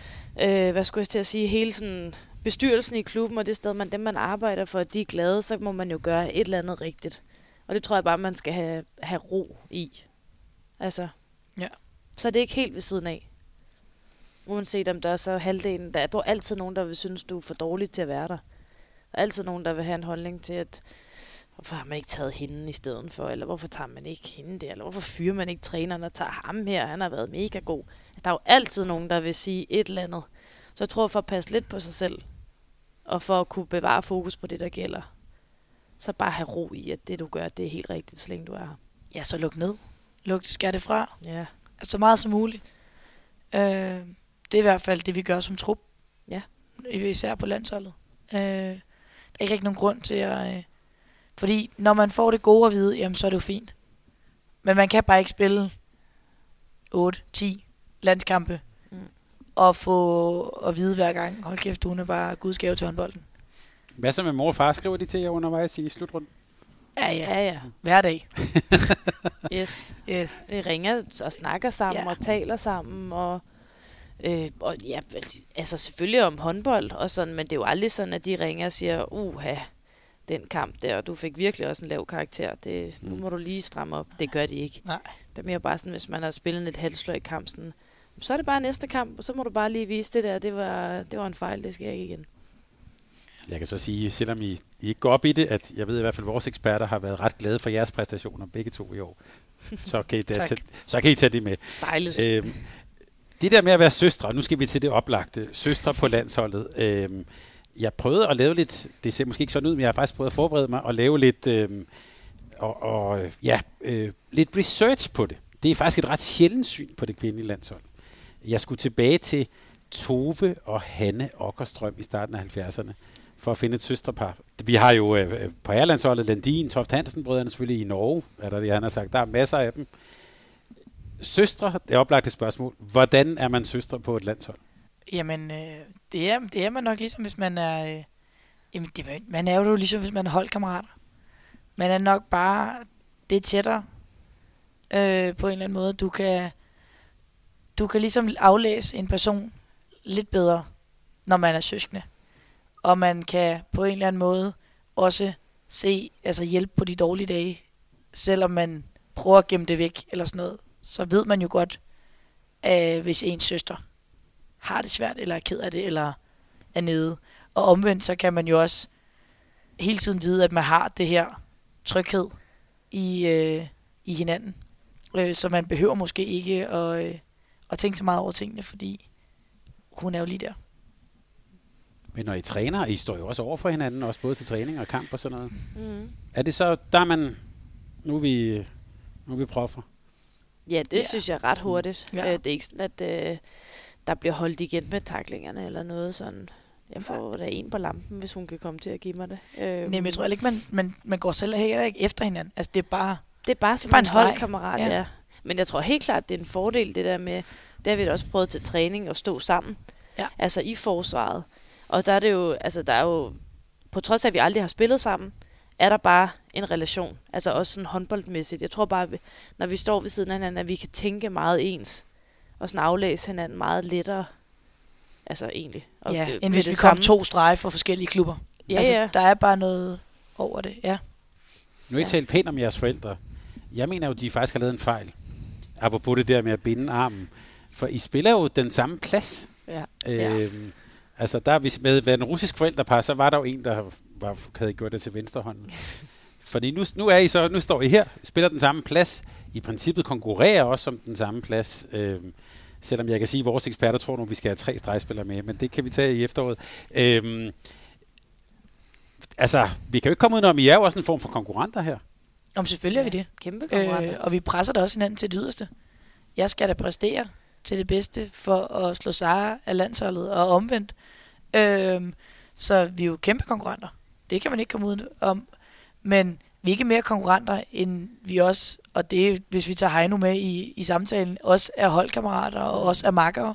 hele sådan... bestyrelsen i klubben og det sted, dem man arbejder for, de er glade, så må man jo gøre et eller andet rigtigt. Og det tror jeg bare, man skal have ro i. Altså, så er det ikke helt ved siden af. Uanset om der er så halvdelen, der er altid nogen, der vil synes, du er for dårlig til at være der. Der er altid nogen, der vil have en holdning til, at hvorfor har man ikke taget hende i stedet for, eller hvorfor tager man ikke hende der, eller hvorfor fyrer man ikke træneren og tager ham her, han har været mega god. Der er jo altid nogen, der vil sige et eller andet. Så jeg tror, for at passe lidt på sig selv, Og for at kunne bevare fokus på det, der gælder, så bare have ro i, at det, du gør, det er helt rigtigt, så længe du er her. Ja, så luk ned. Skær det fra. Ja. Altså, så meget som muligt. Det er i hvert fald det, vi gør som trup. Ja. Især på landsholdet. Der er ikke rigtig nogen grund til at... fordi når man får det gode at vide, jamen, så er det jo fint. Men man kan bare ikke spille 8-10 landskampe og få at vide hver gang, hold kæft, hun er bare Guds gave til håndbolden. Hvad så med mor og far? Skriver de til jer undervejs i slutrunden? Ja. Hver dag. Yes. Vi ringer og snakker sammen og taler sammen og ja, altså selvfølgelig om håndbold og sådan, men det er jo aldrig sådan, at de ringer og siger, den kamp der, og du fik virkelig også en lav karakter. Nu må du lige stramme op. Det gør de ikke. Nej. Det er mere bare sådan, hvis man har spillet et halvslag i kampen, så er det bare næste kamp, og så må du bare lige vise det der. Det var en fejl, det skal jeg ikke igen. Jeg kan så sige, selvom I ikke går op i det, at jeg ved i hvert fald, at vores eksperter har været ret glade for jeres præstationer, begge to i år. Så kan I tage det med. Dejligt. Det der med at være søstre, nu skal vi til det oplagte. Søstre på landsholdet. Jeg prøvede at lave lidt, det ser måske ikke sådan ud, men jeg har faktisk prøvet at forberede mig og lave lidt, lidt research på det. Det er faktisk et ret sjældent syn på det kvindelige landshold. Jeg skulle tilbage til Tove og Hanne Åkerstrøm i starten af 70'erne for at finde et søstrepar. Vi har jo på herrelandsholdet Landin, Toft Hansen-brødrene selvfølgelig i Norge, er der det, han har sagt. Der er masser af dem. Søstre, det er oplagt et spørgsmål. Hvordan er man søstre på et landshold? Jamen, det er man nok ligesom, hvis man er... man er jo ligesom, hvis man er holdkammerater. Man er nok bare... Det er tættere på en eller anden måde. Du kan ligesom aflæse en person lidt bedre, når man er søskende. Og man kan på en eller anden måde også hjælpe på de dårlige dage. Selvom man prøver at gemme det væk eller sådan noget, så ved man jo godt, hvis ens søster har det svært, eller er ked af det, eller er nede. Og omvendt, så kan man jo også hele tiden vide, at man har det her tryghed i hinanden. Så man behøver måske ikke at tænke så meget over tingene, fordi hun er jo lige der. Men når I træner, I står jo også over for hinanden, også både til træning og kamp og sådan noget. Mm. Er det så, der er man, nu er vi proffer? Ja, det synes jeg er ret hurtigt. Ja. Det er ikke sådan, at der bliver holdt igen med taklingerne eller noget sådan. Jeg får da en på lampen, hvis hun kan komme til at give mig det. Nej, men jeg tror ikke, man går selv heller ikke efter hinanden. Altså, det er bare som en holdkammerat, ja. Men jeg tror helt klart, det er en fordel, det der med, det har vi da også prøvet til træning at stå sammen. Ja. Altså i forsvaret. Og der er det jo, altså der er jo, på trods af, at vi aldrig har spillet sammen, er der bare en relation. Altså også sådan håndboldmæssigt. Jeg tror bare, når vi står ved siden af hinanden, at vi kan tænke meget ens. Og sådan aflæse hinanden meget lettere. Altså egentlig. Og end hvis vi kom 2 strege fra forskellige klubber. Ja, altså, ja. Der er bare noget over det, ja. Nu har I talt pænt om jeres forældre. Jeg mener jo, de faktisk har lavet en fejl. Apropos det der med at binde armen. For I spiller jo den samme plads. Ja. Altså der, hvis med en russisk forældrepar, så var der jo en, der havde gjort det til venstrehånden. Fordi nu står I her, spiller den samme plads. I princippet konkurrerer også om den samme plads. Selvom jeg kan sige, at vores eksperter tror nu, at vi skal have 3 stregspillere med, men det kan vi tage i efteråret. Altså, vi kan jo ikke komme ud, når I er jo også en form for konkurrenter her. Om selvfølgelig er vi det. Kæmpe konkurrenter. Og vi presser da også hinanden til det yderste. Jeg skal da præstere til det bedste for at slå sejre af landsholdet og omvendt. Så vi er jo kæmpe konkurrenter. Det kan man ikke komme ud om. Men vi er ikke mere konkurrenter, end vi også, og det hvis vi tager Heino med i samtalen, også er holdkammerater og også er makkere.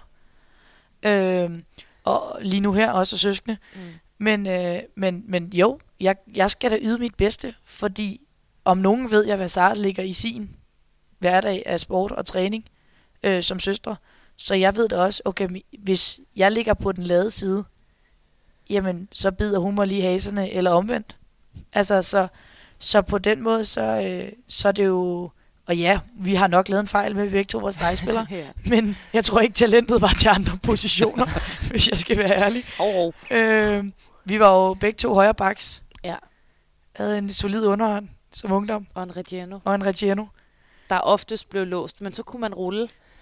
Og lige nu her også er søskende. Men jo, jeg skal da yde mit bedste, fordi om nogen ved jeg, hvad Sara ligger i sin hverdag af sport og træning som søstre. Så jeg ved da også, okay, hvis jeg ligger på den lade side, jamen, så bider hun mig lige haserne, eller omvendt. Altså, så på den måde, så er det jo... Og ja, vi har nok lavet en fejl med, at vi begge 2 var stregspillere. Ja. Men jeg tror ikke, talentet var til andre positioner, hvis jeg skal være ærlig. Vi var jo begge 2 højre backs. Ja. Havde en solid underhånd som ungdom. Og en Reggiano. Der oftest blev låst, men så kunne man rulle.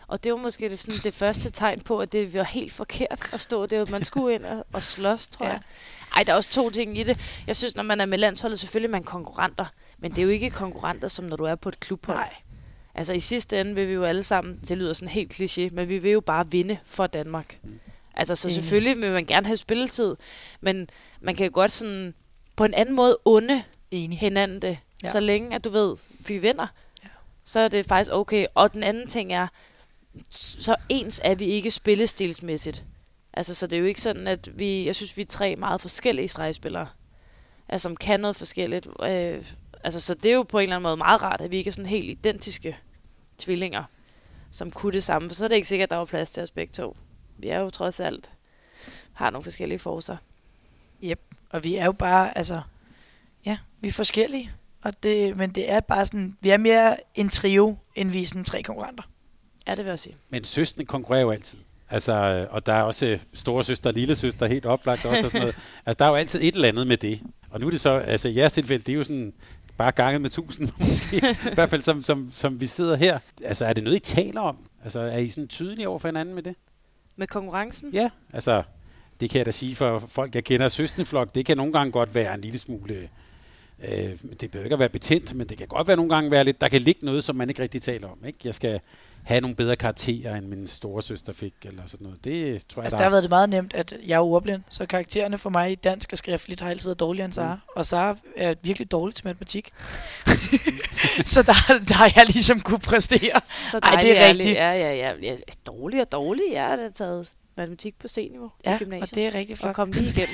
Og det var måske det første tegn på, at det var helt forkert at stå der. Man skulle ind og slås, tror jeg. Ej, der er også 2 ting i det. Jeg synes, når man er med landsholdet, selvfølgelig er man konkurrenter. Men det er jo ikke konkurrenter, som når du er på et klubhold. Nej. Altså i sidste ende vil vi jo alle sammen, det lyder sådan helt kliché, men vi vil jo bare vinde for Danmark. Altså så selvfølgelig vil man gerne have spilletid, men man kan jo godt sådan på en anden måde unde hinanden det. Ja. Så længe at du ved, vi vinder, så er det faktisk okay. Og den anden ting er, så ens er vi ikke spillestilsmæssigt. Altså så det er jo ikke sådan, at jeg synes, vi er 3 meget forskellige stregspillere, altså som kan noget forskelligt. Altså så det er jo på en eller anden måde meget rart, at vi ikke er sådan helt identiske tvillinger, som kunne det samme. For så er det ikke sikkert, at der var plads til os begge 2. Vi er jo trods alt, har nogle forskellige forser. Yep, og vi er jo bare, altså, vi er forskellige. Men det er bare sådan, vi er mere en trio, end vi er sådan 3 konkurrenter. Ja, det vil jeg sige. Men søstrene konkurrerer jo altid. Altså, og der er også store søster og lille søster helt oplagt også og sådan noget. Altså, der er jo altid et eller andet med det. Og nu er det så, altså i jeres tilfælde, det er jo sådan bare ganget med 1000 måske. I hvert fald som vi sidder her. Altså, er det noget, I taler om? Altså, er I sådan tydelige over for hinanden med det? Med konkurrencen? Ja, altså, det kan jeg da sige for folk, jeg kender søskendeflok. Det kan nogle gange godt være en lille smule... det behøver ikke at være betændt, men det kan godt være nogle gange være lidt, der kan ligge noget, som man ikke rigtig taler om. Ikke? Jeg skal have nogle bedre karakterer, end min store søster fik, eller sådan noget. Det tror jeg, altså, der har været det meget nemt, at jeg er ordblind, så karaktererne for mig i dansk og skriftligt har altid været dårligere end Sara. Og Sara er virkelig dårlig til matematik. Så der har jeg ligesom kunne præstere. Så det er rigtigt. Ja. Dårlig. Jeg har taget matematik på C-niveau i gymnasiet. Og det er rigtig flot. Og kom lige igennem.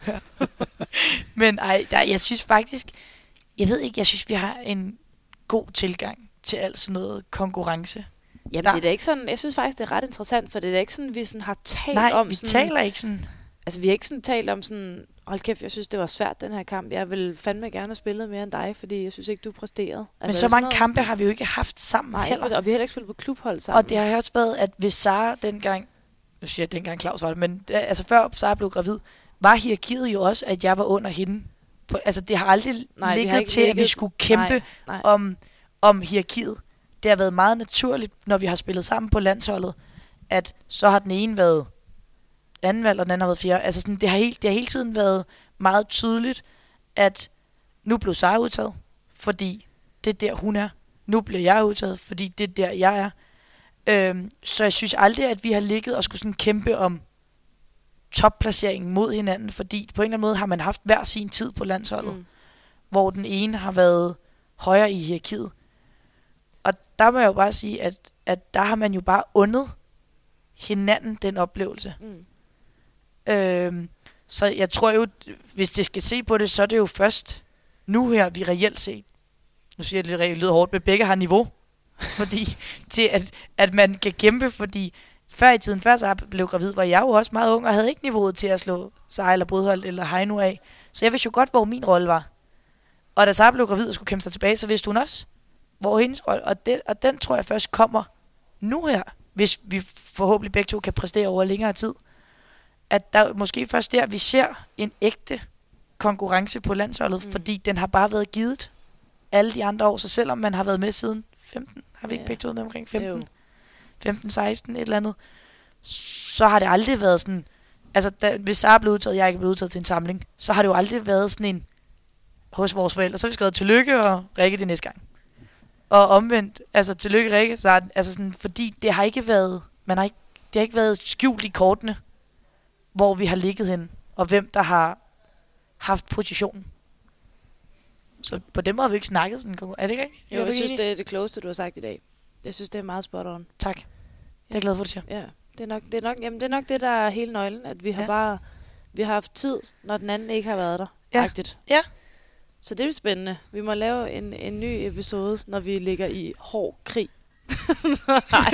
Men jeg synes faktisk, jeg synes, vi har en god tilgang til alt sådan noget konkurrence. Jamen, det er da ikke sådan, jeg synes faktisk, det er ret interessant, for det er da ikke sådan, vi sådan har talt om... Nej, vi taler ikke sådan... Altså, vi har ikke sådan talt om sådan, hold kæft, jeg synes, det var svært, den her kamp. Jeg vil fandme gerne have spillet mere end dig, fordi jeg synes ikke, du præsterede. Altså, men så mange kampe har vi jo ikke haft sammen heller. Og vi har heller ikke spillet på klubhold sammen. Og det har også været, at hvis Sara dengang... Nu siger jeg dengang Claus var det, men altså før Sara blev gravid, var hierarkiet jo også, at jeg var under hende. Altså, det har aldrig ligget til, at vi skulle kæmpe om hierarkiet. Det har været meget naturligt, når vi har spillet sammen på landsholdet, at så har den ene været anden valg, og den anden har været fjerde. Altså sådan, det har hele tiden været meget tydeligt, at nu blev Sara udtaget, fordi det er der, hun er. Nu bliver jeg udtaget, fordi det er der, jeg er. Så jeg synes aldrig, at vi har ligget og skulle sådan kæmpe om topplaceringen mod hinanden, fordi på en eller anden måde har man haft hver sin tid på landsholdet, hvor den ene har været højere i hierarkiet. Og der må jeg jo bare sige, at der har man jo bare undet hinanden den oplevelse. Så jeg tror jo, hvis det skal se på det, så er det jo først nu her, vi reelt set, nu siger jeg det lyder hårdt, men begge har niveau, fordi til at man kan kæmpe, fordi før i tiden, før Sara blev gravid, var jeg jo også meget ung, og havde ikke niveauet til at slå Sara eller Brødholt eller Heino af. Så jeg vidste jo godt, hvor min rolle var. Og da Sara blev gravid og skulle kæmpe sig tilbage, så vidste hun også, hvor hendes rolle, og den tror jeg først kommer nu her, hvis vi forhåbentlig begge to kan præstere over længere tid. At der måske først der, vi ser en ægte konkurrence på landsholdet, fordi den har bare været givet alle de andre år, så selvom man har været med siden 15, har vi ikke begge to med omkring 15, 16, et eller andet, så har det aldrig været sådan, altså hvis Sara blev udtaget, jeg ikke blev udtaget til en samling, så har det jo aldrig været sådan en hos vores forældre, så har vi skrevet tillykke og Rikke det næste gang. Og omvendt, altså tillykke Rikke, så altså sådan, fordi det har ikke været, det har ikke været skjult i kortene, hvor vi har ligget hen, og hvem der har haft positionen. Så på den måde har vi ikke snakket sådan. Er det ikke rigtigt? Jo, jeg synes, det er det klogeste, du har sagt i dag. Jeg synes, det er meget spot on. Tak. Det er jeg glad for, du siger. Ja, det er nok det, der er hele nøglen, at vi har vi har haft tid, når den anden ikke har været der. Ja. Så det er spændende. Vi må lave en ny episode, når vi ligger i hård krig. Nej.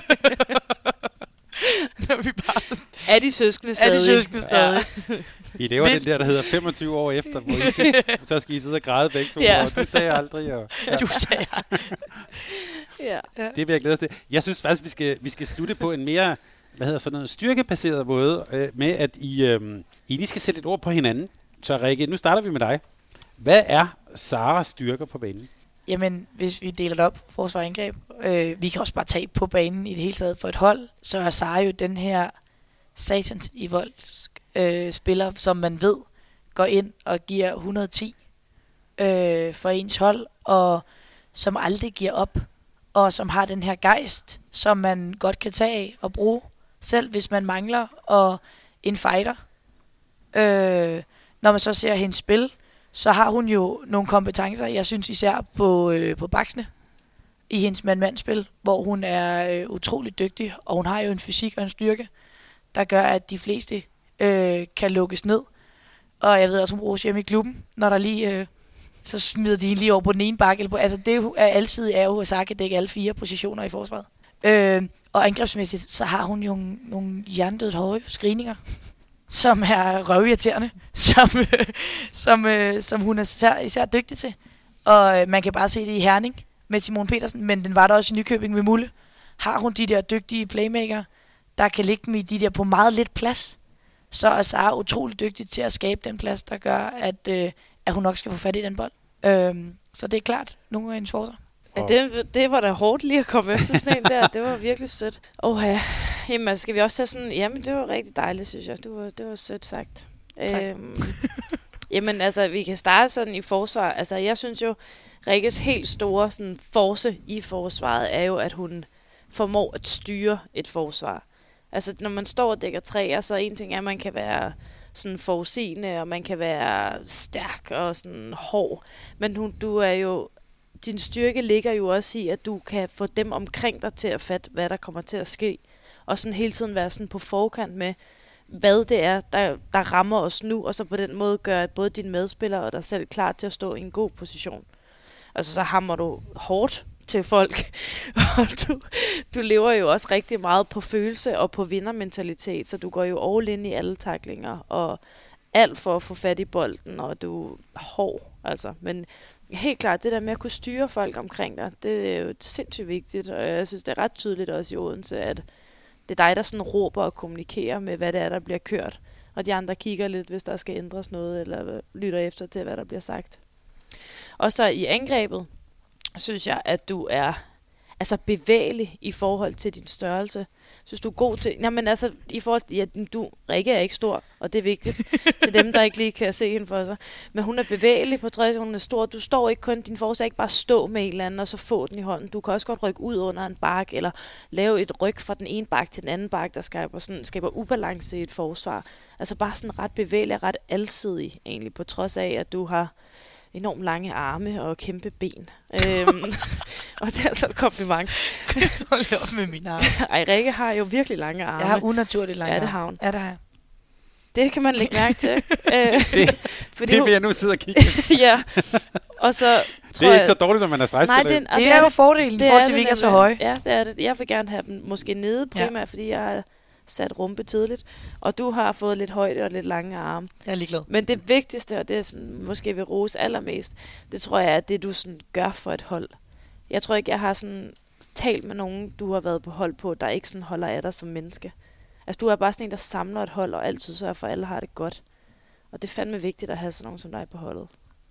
Når vi bare... Er de søskende stadig? Ja. Vi laver den der hedder 25 år efter, hvor så skal I sidde og græde begge to. Ja. Og du sagde aldrig. Og, Du sagde ja. Det vil jeg glæde os til. Jeg synes faktisk, vi skal slutte på en mere styrkebaseret måde, med at I lige skal sætte et ord på hinanden. Så Rikke, nu starter vi med dig. Hvad er Saras styrker på banen? Jamen, hvis vi deler det op, forsvar og angreb, vi kan også bare tage på banen i det hele taget for et hold, så er Sara jo den her satans i vold spiller, som man ved går ind og giver 110 for ens hold, og som aldrig giver op, og som har den her gejst, som man godt kan tage af og bruge, selv hvis man mangler og en fighter. Når man så ser hendes spil, så har hun jo nogle kompetencer, jeg synes især på baksene i hendes mand-mand-spil, hvor hun er utrolig dygtig, og hun har jo en fysik og en styrke, der gør, at de fleste kan lukkes ned. Og jeg ved også, hun bruger hjemme i klubben, når der lige, så smider de hende lige over på den ene bakke. Altså det er altid er jo at Saka dække alle 4 positioner i forsvaret. Og angrebsmæssigt, så har hun jo nogle hjernedødt høje screeninger, som er røvirriterende, som hun er især dygtig til. Og man kan bare se det i Herning med Simone Petersen, men den var der også i Nykøbing med Mulle. Har hun de der dygtige playmaker, der kan ligge dem i de der på meget lidt plads, så er Sara utrolig dygtig til at skabe den plads, der gør, at hun nok skal få fat i den bold. Så det er klart, nogle af hendes forsvar. Ja, det var da hårdt lige at komme efter sådan en der. Det var virkelig sødt. Jamen, skal vi også tage sådan... Jamen, det var rigtig dejligt, synes jeg. Det var sødt sagt. Jamen, altså, vi kan starte sådan i forsvar. Altså, jeg synes jo, Rikkes helt store sådan, force i forsvaret er jo, at hun formår at styre et forsvar. Altså, når man står og dækker træer, så en ting er, at man kan være sådan forudsigende, og man kan være stærk og sådan hård. Men du er jo... Din styrke ligger jo også i, at du kan få dem omkring dig til at fatte, hvad der kommer til at ske. Og sådan hele tiden være sådan på forkant med, hvad det er, der rammer os nu. Og så på den måde gør både dine medspillere og dig selv klar til at stå i en god position. Altså så hammer du hårdt til folk. Og du lever jo også rigtig meget på følelse og på vindermentalitet. Så du går jo all in i alle tacklinger. Og alt for at få fat i bolden, og du er hård. Altså. Men helt klart, det der med at kunne styre folk omkring dig, det er jo sindssygt vigtigt, og jeg synes, det er ret tydeligt også i Odense, at det er dig, der sådan råber og kommunikerer med, hvad det er, der bliver kørt, og de andre kigger lidt, hvis der skal ændres noget, eller lytter efter til, hvad der bliver sagt. Og så i angrebet, synes jeg, at du er altså bevægelig i forhold til din størrelse. Synes du er god til... Jamen altså, i forhold til... Ja, Rikke er ikke stor, og det er vigtigt til dem, der ikke lige kan se hende for sig. Men hun er bevægelig på træet, hun er stor. Du står ikke kun... Din forsvar ikke bare stå med en eller anden, og så få den i hånden. Du kan også godt rykke ud under en bakke, eller lave et ryg fra den ene bakke til den anden bakke, der skaber ubalance i et forsvar. Altså bare sådan ret bevægelig og ret alsidig, egentlig, på trods af, at du har enormt lange arme og kæmpe ben. Og det er altså et kompliment. Hold op med mine arme. Ej, Rikke har jo virkelig lange arme. Jeg har unaturligt lange arme. Ja, det har hun. Ja, det har jeg. Det kan man lægge mærke til. Det vil jeg nu sidde og kigge. Ja. Og så det er ikke så dårligt, når man er stressspiller. Nej, det er jo fordelen, i forhold til, at vi ikke er så høje. Ja, det er det. Jeg vil gerne have dem måske nede primært, fordi jeg har sat rumpe tidligt. Og du har fået lidt højde og lidt lange arme. Jeg er ligeglad. Men det vigtigste, og det er sådan, måske vil rose allermest, det tror jeg er det, du sådan gør for et hold. Jeg tror ikke, jeg har sådan talt med nogen, du har været på hold på, der ikke sådan holder af dig som menneske. Altså, du er bare sådan en, der samler et hold, og altid sørger for, at alle har det godt. Og det er fandme vigtigt at have sådan nogen som dig på holdet.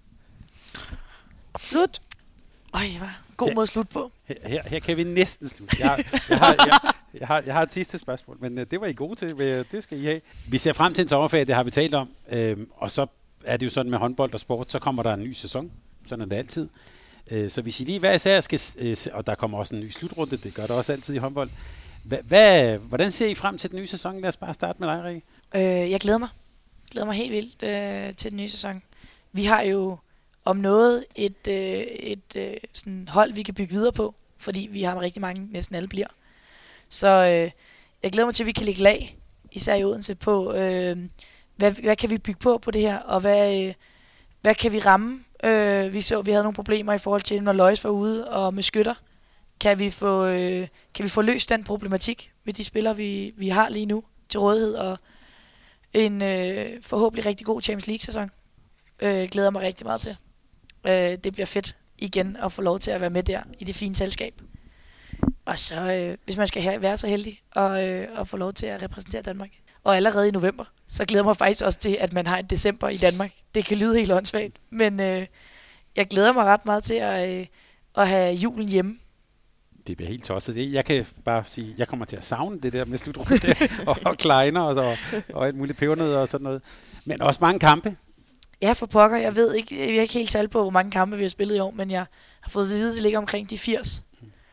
Slut! Øj, god måde at slutte på. Her kan vi næsten slutte. Jeg har et sidste spørgsmål, men det var I gode til. Det skal I have. Vi ser frem til en sommerferie, det har vi talt om. Og så er det jo sådan med håndbold og sport, så kommer der en ny sæson. Sådan er det altid. Så hvis I lige hver især skal... Og der kommer også en ny slutrunde, det gør der også altid i håndbold. Hvordan ser I frem til den nye sæson? Lad os bare starte med dig, Rikke. Jeg glæder mig. Jeg glæder mig helt vildt til den nye sæson. Vi har jo om noget et sådan hold, vi kan bygge videre på, fordi vi har rigtig mange, næsten alle bliver. Så jeg glæder mig til, at vi kan lægge lag, især i Odense, på, hvad kan vi bygge på det her, og hvad kan vi ramme? Vi havde nogle problemer i forhold til, når Løjs var ude og med skytter. Kan vi få løst den problematik med de spillere, vi har lige nu til rådighed, og en forhåbentlig rigtig god Champions League-sæson. Glæder mig rigtig meget til. Det bliver fedt igen at få lov til at være med der i det fine selskab. Og så, hvis man skal være så heldig og få lov til at repræsentere Danmark. Og allerede i november, så glæder mig faktisk også til, at man har en december i Danmark. Det kan lyde helt åndssvagt, men jeg glæder mig ret meget til at have julen hjemme. Det bliver helt tosset. Jeg kan bare sige, jeg kommer til at savne det der med slutrunde og kleiner og alt muligt pebernødder og sådan noget. Men også mange kampe. Ja, for pokker. Jeg ved ikke, jeg er ikke helt tal på, hvor mange kampe vi har spillet i år, men jeg har fået at vide, at det ligger omkring de 80.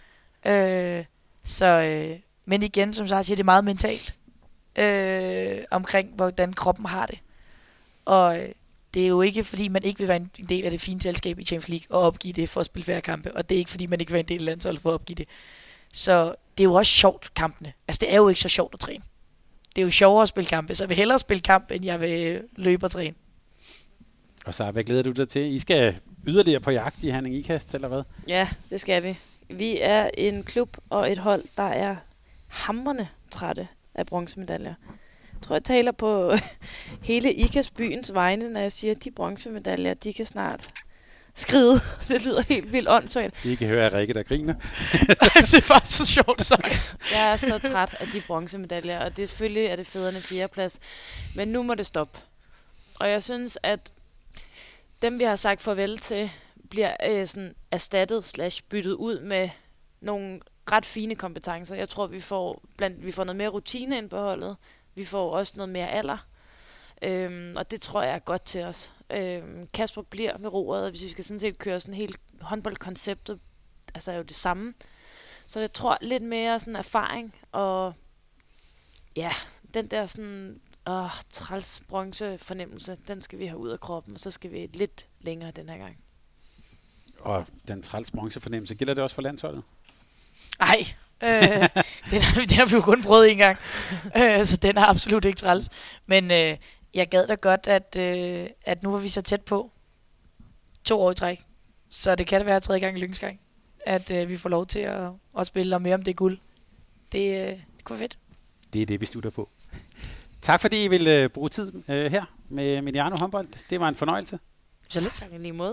Men igen, som sagt, siger det er meget mentalt omkring, hvordan kroppen har det. Og det er jo ikke, fordi man ikke vil være en del af det fine selskab i Champions League og opgive det for at spille færre kampe. Og det er ikke, fordi man ikke vil være en del af landsholdet for at opgive det. Så det er jo også sjovt, kampene. Altså, det er jo ikke så sjovt at træne. Det er jo sjovere at spille kampe, så jeg vil hellere spille kamp, end jeg vil løbe og træne. Og så, hvad glæder du dig til? I skal yderligere på jagt i Herning Ikast, eller hvad? Ja, det skal vi. Vi er en klub og et hold, der er hamrende trætte af bronzemedaljer. Jeg tror, jeg taler på hele Ikast byens vegne, når jeg siger, at de bronzemedaljer, de kan snart skride. Det lyder helt vildt åndssvagt. I kan høre Rikke, der griner. Det er bare så sjovt sagt. Jeg er så træt af de bronzemedaljer, og det selvfølgelig er det federe end 4. plads. Men nu må det stoppe. Og jeg synes, at dem, vi har sagt farvel til, bliver sådan erstattet / byttet ud med nogle ret fine kompetencer. Jeg tror, vi får noget mere rutine ind på holdet. Vi får også noget mere alder. Og det tror jeg er godt til os. Kasper bliver ved roret, og hvis vi skal sådan set køre sådan helt håndboldkonceptet, altså er jo det samme. Så jeg tror lidt mere sådan erfaring, og ja, den der sådan træls bronze fornemmelse, den skal vi have ud af kroppen, og så skal vi lidt længere den her gang. Og den træls bronze fornemmelse, gælder det også for landsholdet? Ej, den har vi jo kun prøvet en gang, så den er absolut ikke træls. Men jeg gad da godt, at nu var vi så tæt på 2 år i træk, så det kan da være 3. gang i lykkens gang, at vi får lov til at spille og mere om det guld. Det kunne være fedt. Det er det, vi slutter på. Tak fordi I ville bruge tid her med Mediano Håndbold. Det var en fornøjelse. Så tak i lige måde.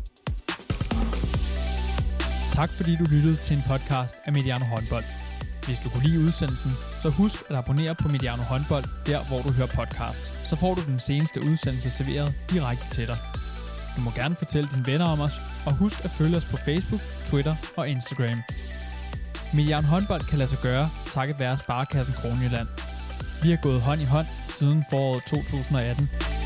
Tak fordi du lyttede til en podcast af Mediano Håndbold. Hvis du kunne lide udsendelsen, så husk at abonnere på Mediano Håndbold, der hvor du hører podcasts. Så får du den seneste udsendelse serveret direkte til dig. Du må gerne fortælle dine venner om os, og husk at følge os på Facebook, Twitter og Instagram. Mediano Håndbold kan lade sig gøre, takket være Sparekassen Kronjylland. Vi har gået hånd i hånd siden foråret 2018.